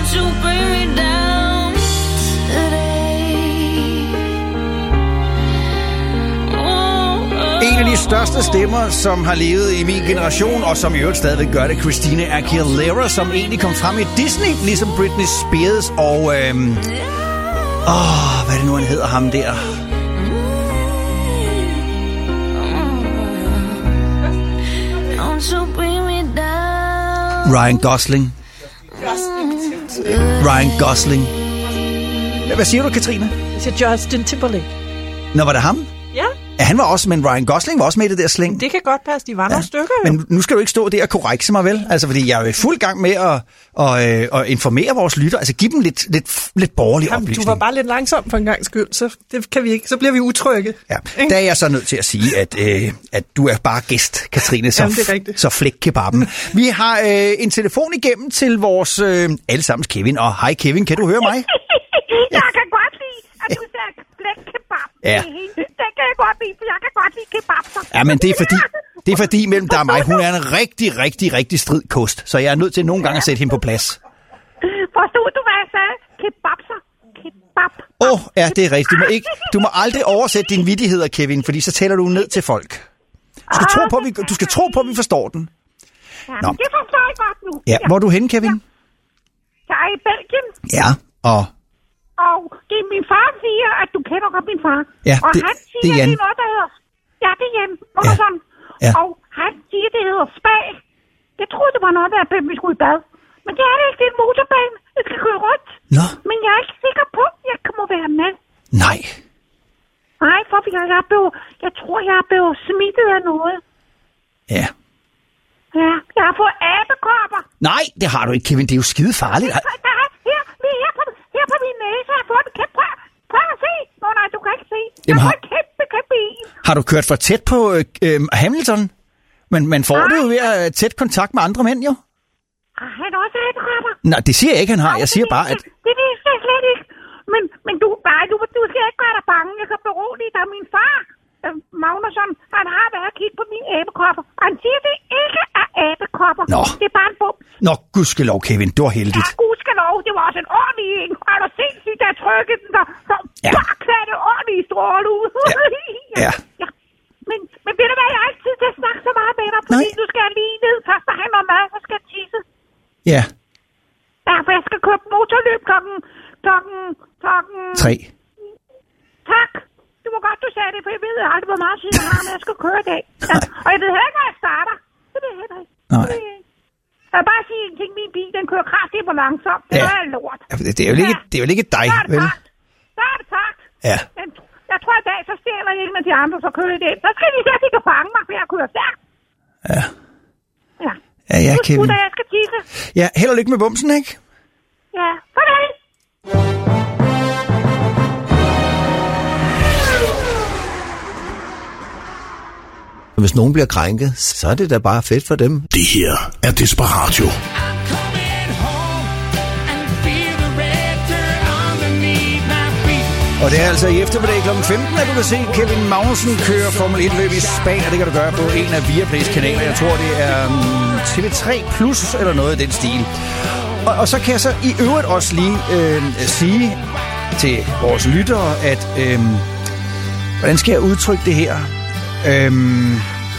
En af de største stemmer, som har levet i min generation, og som i øvrigt stadigvæk gør det, Christina Aguilera, som egentlig kom frem i Disney, ligesom Britney Spears og... Øhm, åh, hvad er det nu, han hedder ham der? Ryan Gosling. Ryan Gosling. Hvad siger du, Katrine? Jeg siger Justin Timberlake. Nå, var det ham? Ja. Ja, han var også, men Ryan Gosling var også med i det der sling. Det kan godt passe, de var ja. nogle stykker jo. Men nu skal du ikke stå der og korrekse mig, vel? Altså, fordi jeg er jo i fuld gang med at, at, at informere vores lytter. Altså, give dem lidt, lidt, lidt borgerlig Jamen, oplysning. du var bare lidt langsom for en gang skyld, så det kan vi ikke. Så bliver vi utrygge. Ja, der er jeg så nødt til at sige, at, øh, at du er bare gæst, Katrine, så, Jamen, så flæk kebaben. Vi har øh, en telefon igennem til vores øh, allesammens Kevin. Og hej Kevin, kan du høre mig? Jeg kan godt lide, at du sagde flæk kebab. Ja. Det kan jeg godt lide, for jeg kan godt lide kebab. Så. Ja, men det er fordi, det er fordi mellem dig og mig, hun er en rigtig, rigtig, rigtig strid kost. Så jeg er nødt til nogle gange at sætte hende på plads. Forstod du, hvad jeg sagde? Kebabser. Kebab. Åh, oh, ja, det er rigtigt. Du må, ikke, du må aldrig oversætte dine vittigheder, Kevin, fordi så tæller du ned til folk. Du skal, tro på, at vi, du skal tro på, at vi forstår den. Ja, men det forstår jeg godt nu. Ja, hvor er du henne, Kevin? Jeg er i Belgien. Ja, og... Og det er min far siger, at du kender godt min far. Ja, og det, han siger, det er Jan. det er noget, der hedder... Ja, det er Jan. Ja. Sådan. Ja. Og han siger, det hedder spag. Jeg troede, det var noget, der vi skulle i bad. Men det er det ikke. Det er en motorbane. Jeg skal køre rundt. Nå. Men jeg er ikke sikker på, at jeg må være med. Nej. Nej, for jeg, jeg, blev, jeg tror, jeg er blevet smittet af noget. Ja. Ja, jeg har fået abekopper. Nej, det har du ikke, Kevin. Det er jo skide farligt. Der er, her, lige her på, her på min næse har jeg fået en kæmpe... Prøv, prøv at se. Nå nej, du kan ikke se. Jeg Jamen, har har... fået en kæmpe, kæmpe is. Har du kørt for tæt på øh, øh, Hamilton? Men man får Nej. det jo ved at uh, tæt kontakt med andre mænd, jo. Har han også abekopper? Nej, det siger jeg ikke, han har. Jeg siger bare, at... Det vidste jeg slet ikke. Men, men du, nej, du, du skal ikke gøre dig bange. Jeg kan berolige dig. Min far, øh, Magnusson, han har været at kigge på mine æbekopper. Og han siger, at det ikke er æbekopper. Nå. Det er bare en bum. Nå, gudskelov, Kevin. Det var heldigt. Ja, gudskelov. Det var også en ordentlig en. Har du sindssygt, der trykkede den der? Så ja. bare klæder det ordentligt stråle ud. Ja. ja. ja. Men, men ved du hvad, jeg har ikke tid til at snakke så meget med dig. Fordi Nej. du skal lige ned først og have noget mad, så skal jeg tisse. Ja. Ja, for jeg skal købe motorløb klokken... klokken... klokken... Tre. Tak. Du må godt, du sagde det, for jeg ved aldrig, hvor meget tid jeg har, men jeg skal køre i dag. Ja. Og jeg ved heller ikke, når jeg starter. Det ved jeg heller ikke. Nej. Jeg vil bare sige en ting, min bil, den kører kraftigt på langsomt. Det ja. er lort. Ja, det, det, er jo ikke, det er jo ikke dig, så er det vel? Takt. Så er det takt. Ja. Men jeg tror, i dag, så stjæler jeg en af de andre, så kører jeg det. Så skal de se, at de kan fange mig, for jeg kører stærkt. Ja. Ja. Ja, ja, Kevin. Husk, jeg skal tisse. Ja, held og lykke med bumsen, ikke? Ja, farvel. Hvis nogen bliver krænket, så er det da bare fedt for dem. Det her er Desperatio. Og det er altså i eftermiddag klokken femten, at du kan se Kevin Magnussen køre Formel et-løb i Spanien, og det kan du gøre på en af Viaplays kanaler. Jeg tror, det er um, T V tre plus eller noget i den stil. Og, og så kan jeg så i øvrigt også lige øh, sige til vores lyttere, at øh, hvordan skal jeg udtrykke det her? Øhm...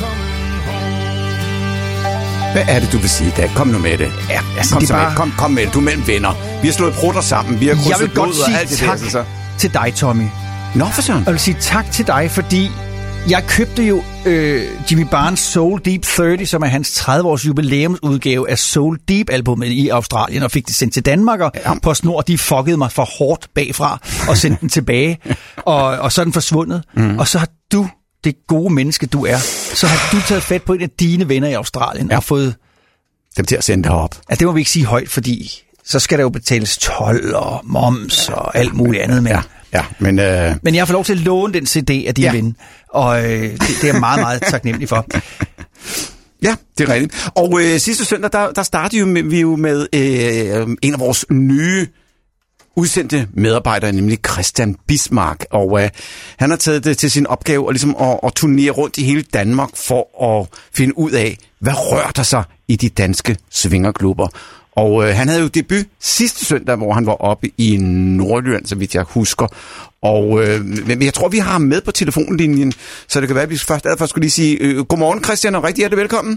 Hvad er det, du vil sige, da? Kom nu med det. Ja, altså, kom, det bare... med. Kom, kom med det. Du er mellem venner. Vi har slået prutter sammen. Vi har jeg vil godt sige alt det tak der, så. til dig, Tommy. Nå, for sådan. Jeg vil sige tak til dig, fordi jeg købte jo øh, Jimmy Barnes Soul Deep tretti, som er hans tredive-års jubilæumsudgave af Soul Deep-albummet i Australien, og fik det sendt til Danmark, og ja. PostNord, de fuckede mig for hårdt bagfra og sendte den tilbage, og, og så er den forsvundet. Mm. Og så har du, det gode menneske du er, så har du taget fat på en af dine venner i Australien, ja. Og fået dem til at sende det op. Ja, det må vi ikke sige højt, fordi så skal der jo betales told og moms og alt muligt andet med. Ja. Ja, men, øh... men jeg får lov til at låne den C D af din ja. ven, og øh, det, det er jeg meget, meget taknemmelig for. Ja, det er rigtigt. Og øh, sidste søndag, der, der startede jo med, vi jo med øh, en af vores nye udsendte medarbejdere, nemlig Christian Bismarck. Og øh, han har taget det til sin opgave at, ligesom at, at turnere rundt i hele Danmark for at finde ud af, hvad rører der sig i de danske svingerklubber. Og øh, han havde jo debut sidste søndag, hvor han var oppe i Nordjylland, så vidt jeg husker. Og øh, men jeg tror, vi har ham med på telefonlinjen, så det kan være, at vi først derfor skulle lige sige øh, godmorgen, Christian, og rigtig hjertelig velkommen.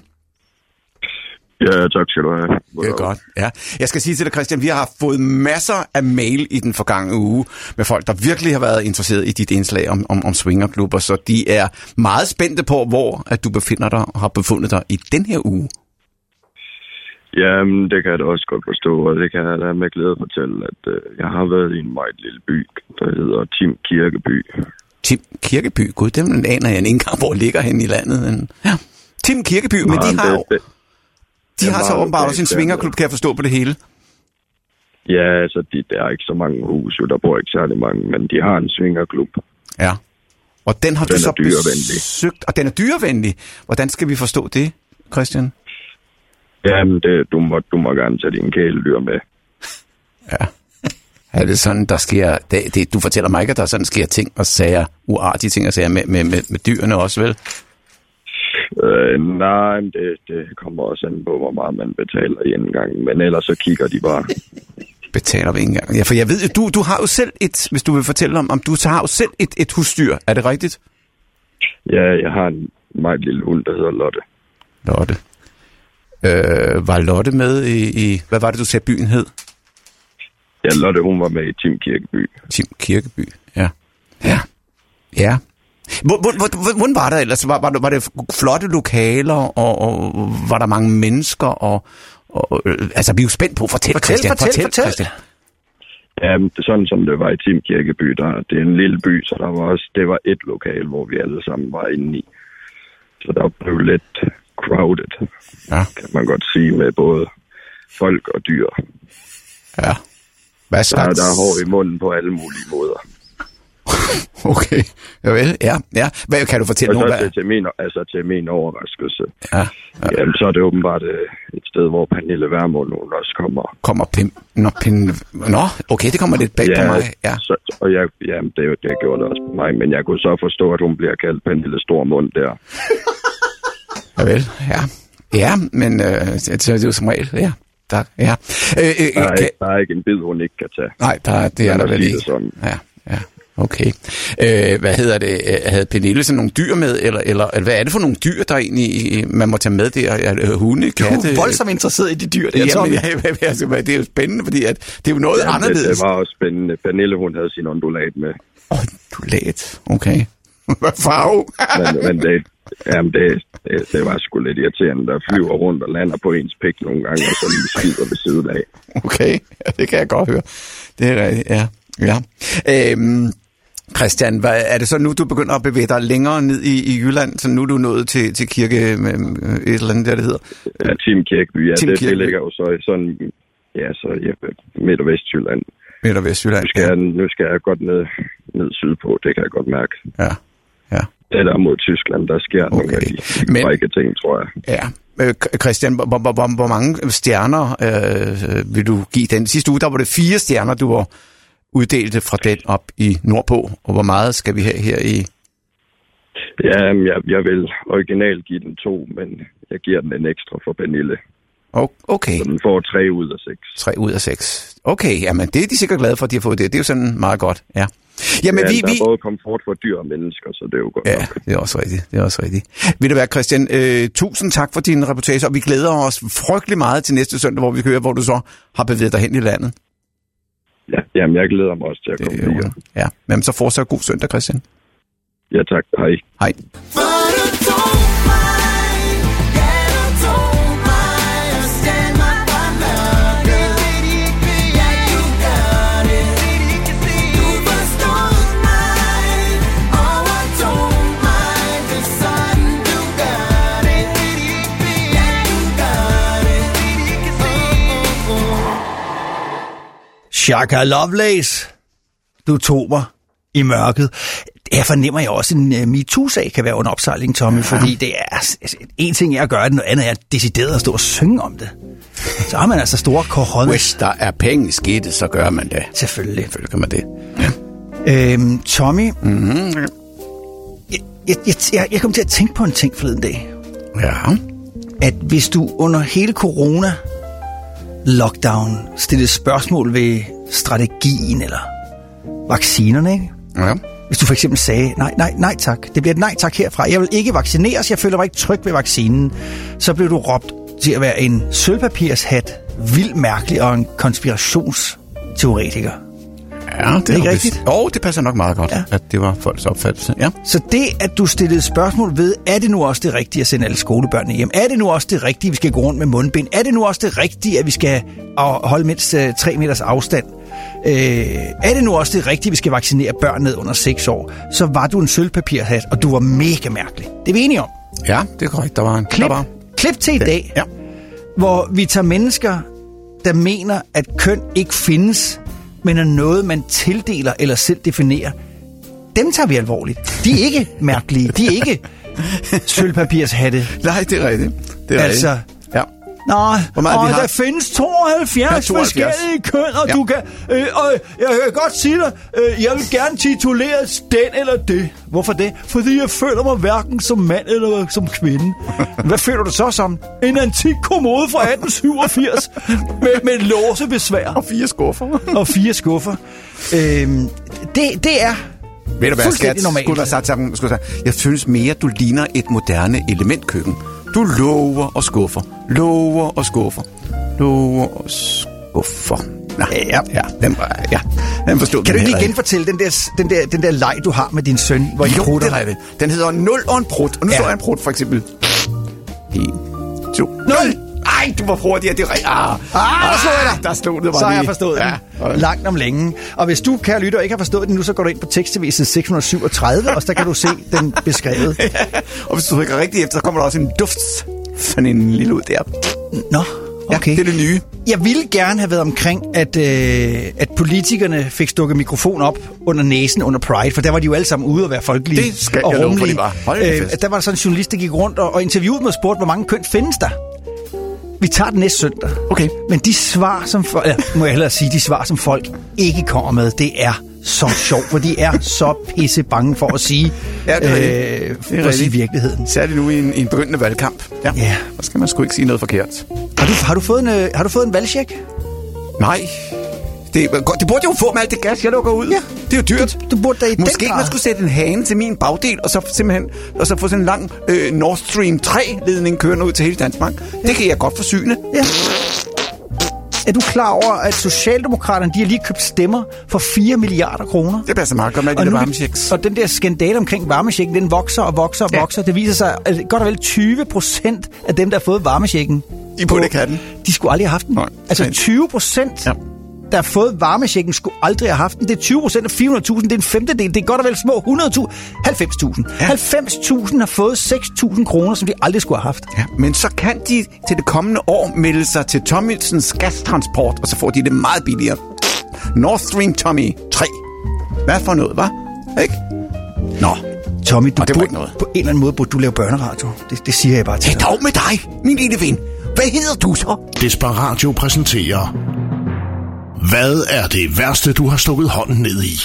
Ja, tak skal du have. Det er godt, ja. Jeg skal sige til dig, Christian, vi har fået masser af mail i den forgangne uge med folk, der virkelig har været interesseret i dit indslag om, om, om swingerklubber, så de er meget spændte på, hvor at du befinder dig og har befundet dig i den her uge. Jamen, det kan jeg da også godt forstå, og det kan jeg da med glæde fortælle, at øh, jeg har været i en meget lille by, der hedder Tim Kirkeby. Tim Kirkeby? Gud, den aner jeg ikke engang, hvor ligger hen i landet. Ja. Tim Kirkeby, men de har jo... De har så åbenbart også en svingerklub, kan jeg forstå på det hele. Ja, altså, de, der er ikke så mange huse, der bor ikke særlig mange, men de har en svingerklub. Ja, og den har den du så dyrevenlig. besøgt, og den er dyrevenlig. Hvordan skal vi forstå det, Christian? Jamen, det, du, må, du må gerne tage din kæledyr med. Ja. Er det sådan, der sker... Det, det, du fortæller mig ikke, at der sådan sker ting og sager, uartige ting og sager med, med, med, med dyrene også, vel? Øh, nej, det, det kommer også an på, hvor meget man betaler i en gang. Men ellers så kigger de bare. Betaler vi ikke engang? Ja, for jeg ved jo, du, du har jo selv et... Hvis du vil fortælle om, om du har jo selv et, et husdyr. Er det rigtigt? Ja, jeg har en meget lille hund, der hedder Lotte. Lotte. Øh, var Lotte med i, i... Hvad var det, du sagde, byen hed? Ja, Lotte, hun var med i Tim Kirkeby. Tim Kirkeby, ja. Ja. Ja. Hvordan var det ellers? Var, var, det, var det flotte lokaler, og, og var der mange mennesker? Og, og, altså, vi er jo spændt på. Fortæl, fortæl Christian. Fortæl, fortæl, fortæl. Christian. Ja, det er sådan, som det var i Tim Kirkeby. Der, det er en lille by, så der var også, det var et lokal, hvor vi alle sammen var inde i. Så der blev lidt crowded, ja. Kan man godt sige, med både folk og dyr. Ja. Hvad slags? Der, der er hår i munden på alle mulige måder. Okay, ja vel, ja, ja. Hvad kan du fortælle nogen? Og så til, til, min, altså til min overraskelse, ja, ja. Jamen, så er det åbenbart et sted, hvor Pernille Vermund også kommer. Kommer Pim... Nå, Pim... Nå, okay, det kommer lidt bag ja, på mig, ja. Så, og jeg, jamen, det, det gjorde det også på mig, men jeg kunne så forstå, at hun bliver kaldt Pernille Stormund der. Ja vel, ja. Ja, men øh, det er jo som regel, ja. Tak, ja. Øh, øh, der, er kan... ikke, der er ikke en bid, hun ikke kan tage. Nej, der, det er der vel ikke. Ja, ja. Okay. Øh, hvad hedder det? Havde Pernille sådan nogle dyr med, eller, eller, eller hvad er det for nogle dyr, der egentlig man må tage med der? Er hunde, katte? Du er voldsomt interesseret i de dyr der, Tommy. Jamen, altså, det er jo spændende, fordi at det er jo noget jamen, anderledes. Det, det var også spændende. Pernille, hun havde sin ondulat med. Ondulat? Okay. Hvad farve? men, men det, jamen det, det, det var sgu lidt irriterende, der flyver rundt og lander på ens pik nogle gange, og så lige skider ved siden af. Okay, ja, det kan jeg godt høre. Det er rigtigt, ja. ja. Øhm, Christian, hvad, er det så nu, du begynder at bevæge dig længere ned i, i Jylland, så nu er du nået til, til kirke med et eller andet der, det hedder? Ja, Tim Kirkeby, ja, Tim det, Kirkeby. Det ligger jo så i sådan, ja, så ja, Midt- og Vestjylland. Midt- og Vestjylland, nu skal, ja. jeg, nu skal jeg godt ned, ned sydpå, det kan jeg godt mærke. Ja, ja. Det der mod Tyskland, der sker okay. nogle af de frække ting, tror jeg. Ja. Christian, hvor, hvor, hvor, hvor mange stjerner øh, vil du give den? Sidste uge, der var det fire stjerner, du var uddelte fra den op i nordpå, og hvor meget skal vi have her i? Ja, jeg, jeg vil originalt give den to, men jeg giver den en ekstra for Pernille. Okay. Så den får tre ud af seks. Tre ud af seks. Okay, jamen det er de sikkert glade for, at de har fået det. Det er jo sådan meget godt, ja. Jamen, ja, vi, der vi... er både komfort for dyr og mennesker, så det er jo godt Ja, nok. det er også rigtigt. Det er også rigtigt. Ved du hvad, Christian? Øh, tusind tak for din reportage, og vi glæder os frygtelig meget til næste søndag, hvor vi kører, hvor du så har bevæget dig hen i landet. Ja, jamen, jeg glæder mig også til at komme videre. Ja, men så fortsat god søndag, Christian. Ja, tak. Hej. Hej. Shaka Lovelace, du tog mig i mørket. Her fornemmer jeg også, at en uh, MeToo-sag kan være under opsejling, Tommy, ja. Fordi det er altså, en ting er at gøre det, noget andet er decideret at stå og synge om det. Så har man altså store kohonner. Hvis der er penge i skidtet, så gør man det. Selvfølgelig. Selvfølgelig gør man det. Ja. Øhm, Tommy, mm-hmm. jeg, jeg, jeg, jeg kom til at tænke på en ting forleden dag. Ja. At hvis du under hele corona lockdown stillede spørgsmål ved strategien eller vaccinerne, ikke? Ja. Hvis du for eksempel sagde, nej, nej, nej tak, det bliver et nej tak herfra, jeg vil ikke vaccineres, jeg føler mig ikke tryg ved vaccinen, så blev du råbt til at være en sølvpapirshat, vildt mærkelig og en konspirationsteoretiker. Ja, det er ikke rigtigt. rigtigt. Jo, det passer nok meget godt, ja. At det var folks opfattelse. Ja. Så det, at du stillede spørgsmål ved, er det nu også det rigtige at sende alle skolebørnene hjem? Er det nu også det rigtige, at vi skal gå rundt med mundbind? Er det nu også det rigtige, at vi skal holde mindst uh, tre meters afstand? Uh, er det nu også det rigtige, at vi skal vaccinere børn ned under seks år? Så var du en sølvpapirshat, og du var mega mærkelig. Det er vi enige om. Ja, det er korrekt. Der var en klip, der var... klip til i dag, ja. Hvor vi tager mennesker, der mener, at køn ikke findes, men er noget, man tildeler eller selv definerer. Dem tager vi alvorligt. De er ikke mærkelige. De er ikke sølvpapirshatte. Nej, det er rigtigt. Det er altså, rigtigt. Ja. Nå, Hvor meget og vi har? der findes tooghalvfjerds, ja, tooghalvfjerds forskellige køn, og ja. Du kan... Øh, og jeg kan godt sige dig, øh, jeg vil gerne tituleres den eller det. Hvorfor det? Fordi jeg føler mig hverken som mand eller som kvinde. Hvad føler du så som? En antik kommode fra atten syvogfirs med, med låsebesvær. Og fire skuffer. og fire skuffer. Øh, det, det er... Ved du hvad, skat? Normalt. Skulle der sagt sammen, skulle der sagt, jeg synes mere, du ligner et moderne elementkøkken. Du lover og skuffer. Lover og skuffer. Lover og skuffer. Nå, ja, ja, den var, ja, den forstod. Kan du ikke lige genfortælle den der, den der, den der leg, du har med din søn, hvor I jo, prutter? det er det. Den hedder nul og en prut. Og nu ja. står jeg en prut, for eksempel. en, to, nul! Ej, du var hurtigere, det er rigtigt. Ah, ah, der slog jeg dig. Der slog det bare Så har lige. jeg forstået ja. den. Langt om længe. Og hvis du, kære lytter, ikke har forstået den nu, så går du ind på tekst-tv side seks hundrede syvogtredive, og så der kan du se den beskrevet. Ja. Og hvis du trykker rigtigt efter, så kommer der også en duft. Sådan en lille ud der. Nå, okay. Ja, det er det nye. Jeg ville gerne have været omkring, at, øh, at politikerne fik stukket mikrofon op under næsen under Pride, for der var de jo alle sammen ude og være folkelige det skal og jeg rummelige. Love, for det var. Øh, der var sådan en journalist, der gik rundt og, og interviewede med og spurgte, hvor mange køn findes der? Vi tager den næste søndag. Okay. Men de svar, som folk, ja, må jeg hellere sige, de svar, som folk ikke kommer med, det er så sjovt, for de er så pisse bange for at sige, ja, det er øh, for at sige virkeligheden. Særligt nu i en, i en begyndende valgkamp. Ja. ja. Så skal man sgu ikke sige noget forkert. Har du, har du, fået, en, øh, har du fået en valgcheck? Nej. Det, det burde jeg jo få med alt det gas, jeg lukker ud. Ja. Det er jo dyrt. Du, du burde da i Måske man skulle sætte en hane til min bagdel, og så simpelthen og så få sådan en lang øh, Nord Stream tre-ledning kørende ud til hele Danmark. Ja. Det kan jeg godt forsyne. Ja. Er du klar over, at Socialdemokraterne, de har lige købt stemmer for fire milliarder kroner? Det passer meget godt med de der varmechecks. Og den der skandale omkring varmechecken, den vokser og vokser og ja. vokser. Det viser sig, at godt og vel tyve procent af dem, der har fået varmechecken, de burde ikke have den. De skulle aldrig have haft den. Nej. Altså tyve procent, ja. der har fået varmechecken, skulle aldrig have haft den. Det er tyve procent af fire hundrede tusind, det er en femtedel. Det er godt og vel små hundrede tusind. halvfems tusind. Ja. halvfems tusind har fået seks tusind kroner, som de aldrig skulle have haft. Ja, men så kan de til det kommende år melde sig til Tommysens gastransport, og så får de det meget billigere. Nord Stream Tommy tre. Hvad for noget, hva'? Ikke? Nå. Tommy, du det burde, noget. på en eller anden måde burde du lave børneradio. Det, det siger jeg bare til dig. Det er dog med dig, min lille ven. Hvad hedder du så? Desperatio præsenterer... Hvad er det værste, du har stukket hånden ned i?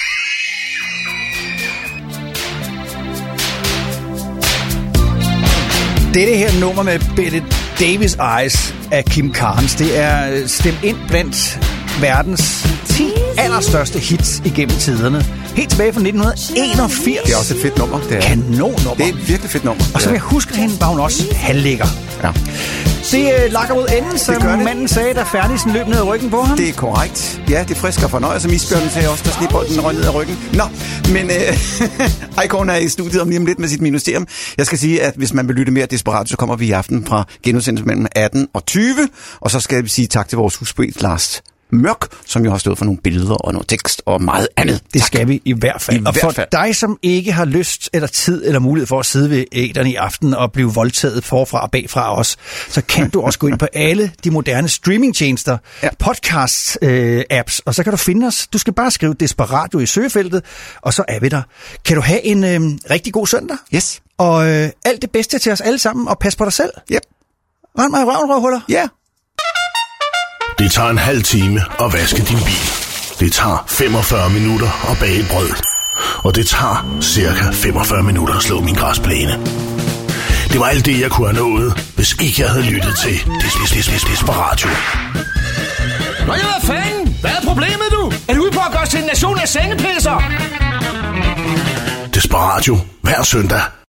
Dette her nummer med Bette Davis Eyes af Kim Carnes, det er stemt ind blandt verdens ti allerstørste hits igennem tiderne. Helt tilbage fra nitten enogfirs. Det er også et fedt nummer. Det er. Kanonnummer. Det er et virkelig fedt nummer. Og som jeg husker hende, var hun også halvlækker. Ja. Det øh, lakker mod enden, som manden sagde, der Fernisen løb ned ad ryggen på ham. Det er korrekt. Ja, det er frisk og fornøjet, som isbjørnen sagde også, der snibbolden røg ned ad ryggen. Nå, men øh, Icon er i studiet om lige om lidt med sit ministerium. Jeg skal sige, at hvis man vil lytte mere desperat, så kommer vi i aften fra genudsendelse mellem atten og tyve. Og så skal vi sige tak til vores husbød, Lars Mørk, som jo har stået for nogle billeder og noget tekst og meget andet. Det tak. Skal vi i hvert fald. I og for fald. dig, som ikke har lyst eller tid eller mulighed for at sidde ved æterne i aften og blive voldtaget forfra og bagfra os, så kan du også gå ind på alle de moderne streamingtjenester, ja. podcast-apps, øh, og så kan du finde os. Du skal bare skrive Desperatio i søgefeltet, og så er vi der. Kan du have en øh, rigtig god søndag? Yes. Og øh, alt det bedste til os alle sammen, og pas på dig selv. Yep. Rend mig i røven, røvhuller. Ja. Yeah. Det tager en halv time at vaske din bil. Det tager femogfyrre minutter at bage brød. Og det tager cirka femogfyrre minutter at slå min græsplæne. Det var alt det, jeg kunne have nået, hvis ikke jeg havde lyttet til Desperatio. Nå ja, hvad fanden? Hvad er problemet, du? Er du ude på at gøre os til en nation af sengepisser? Desperatio hver søndag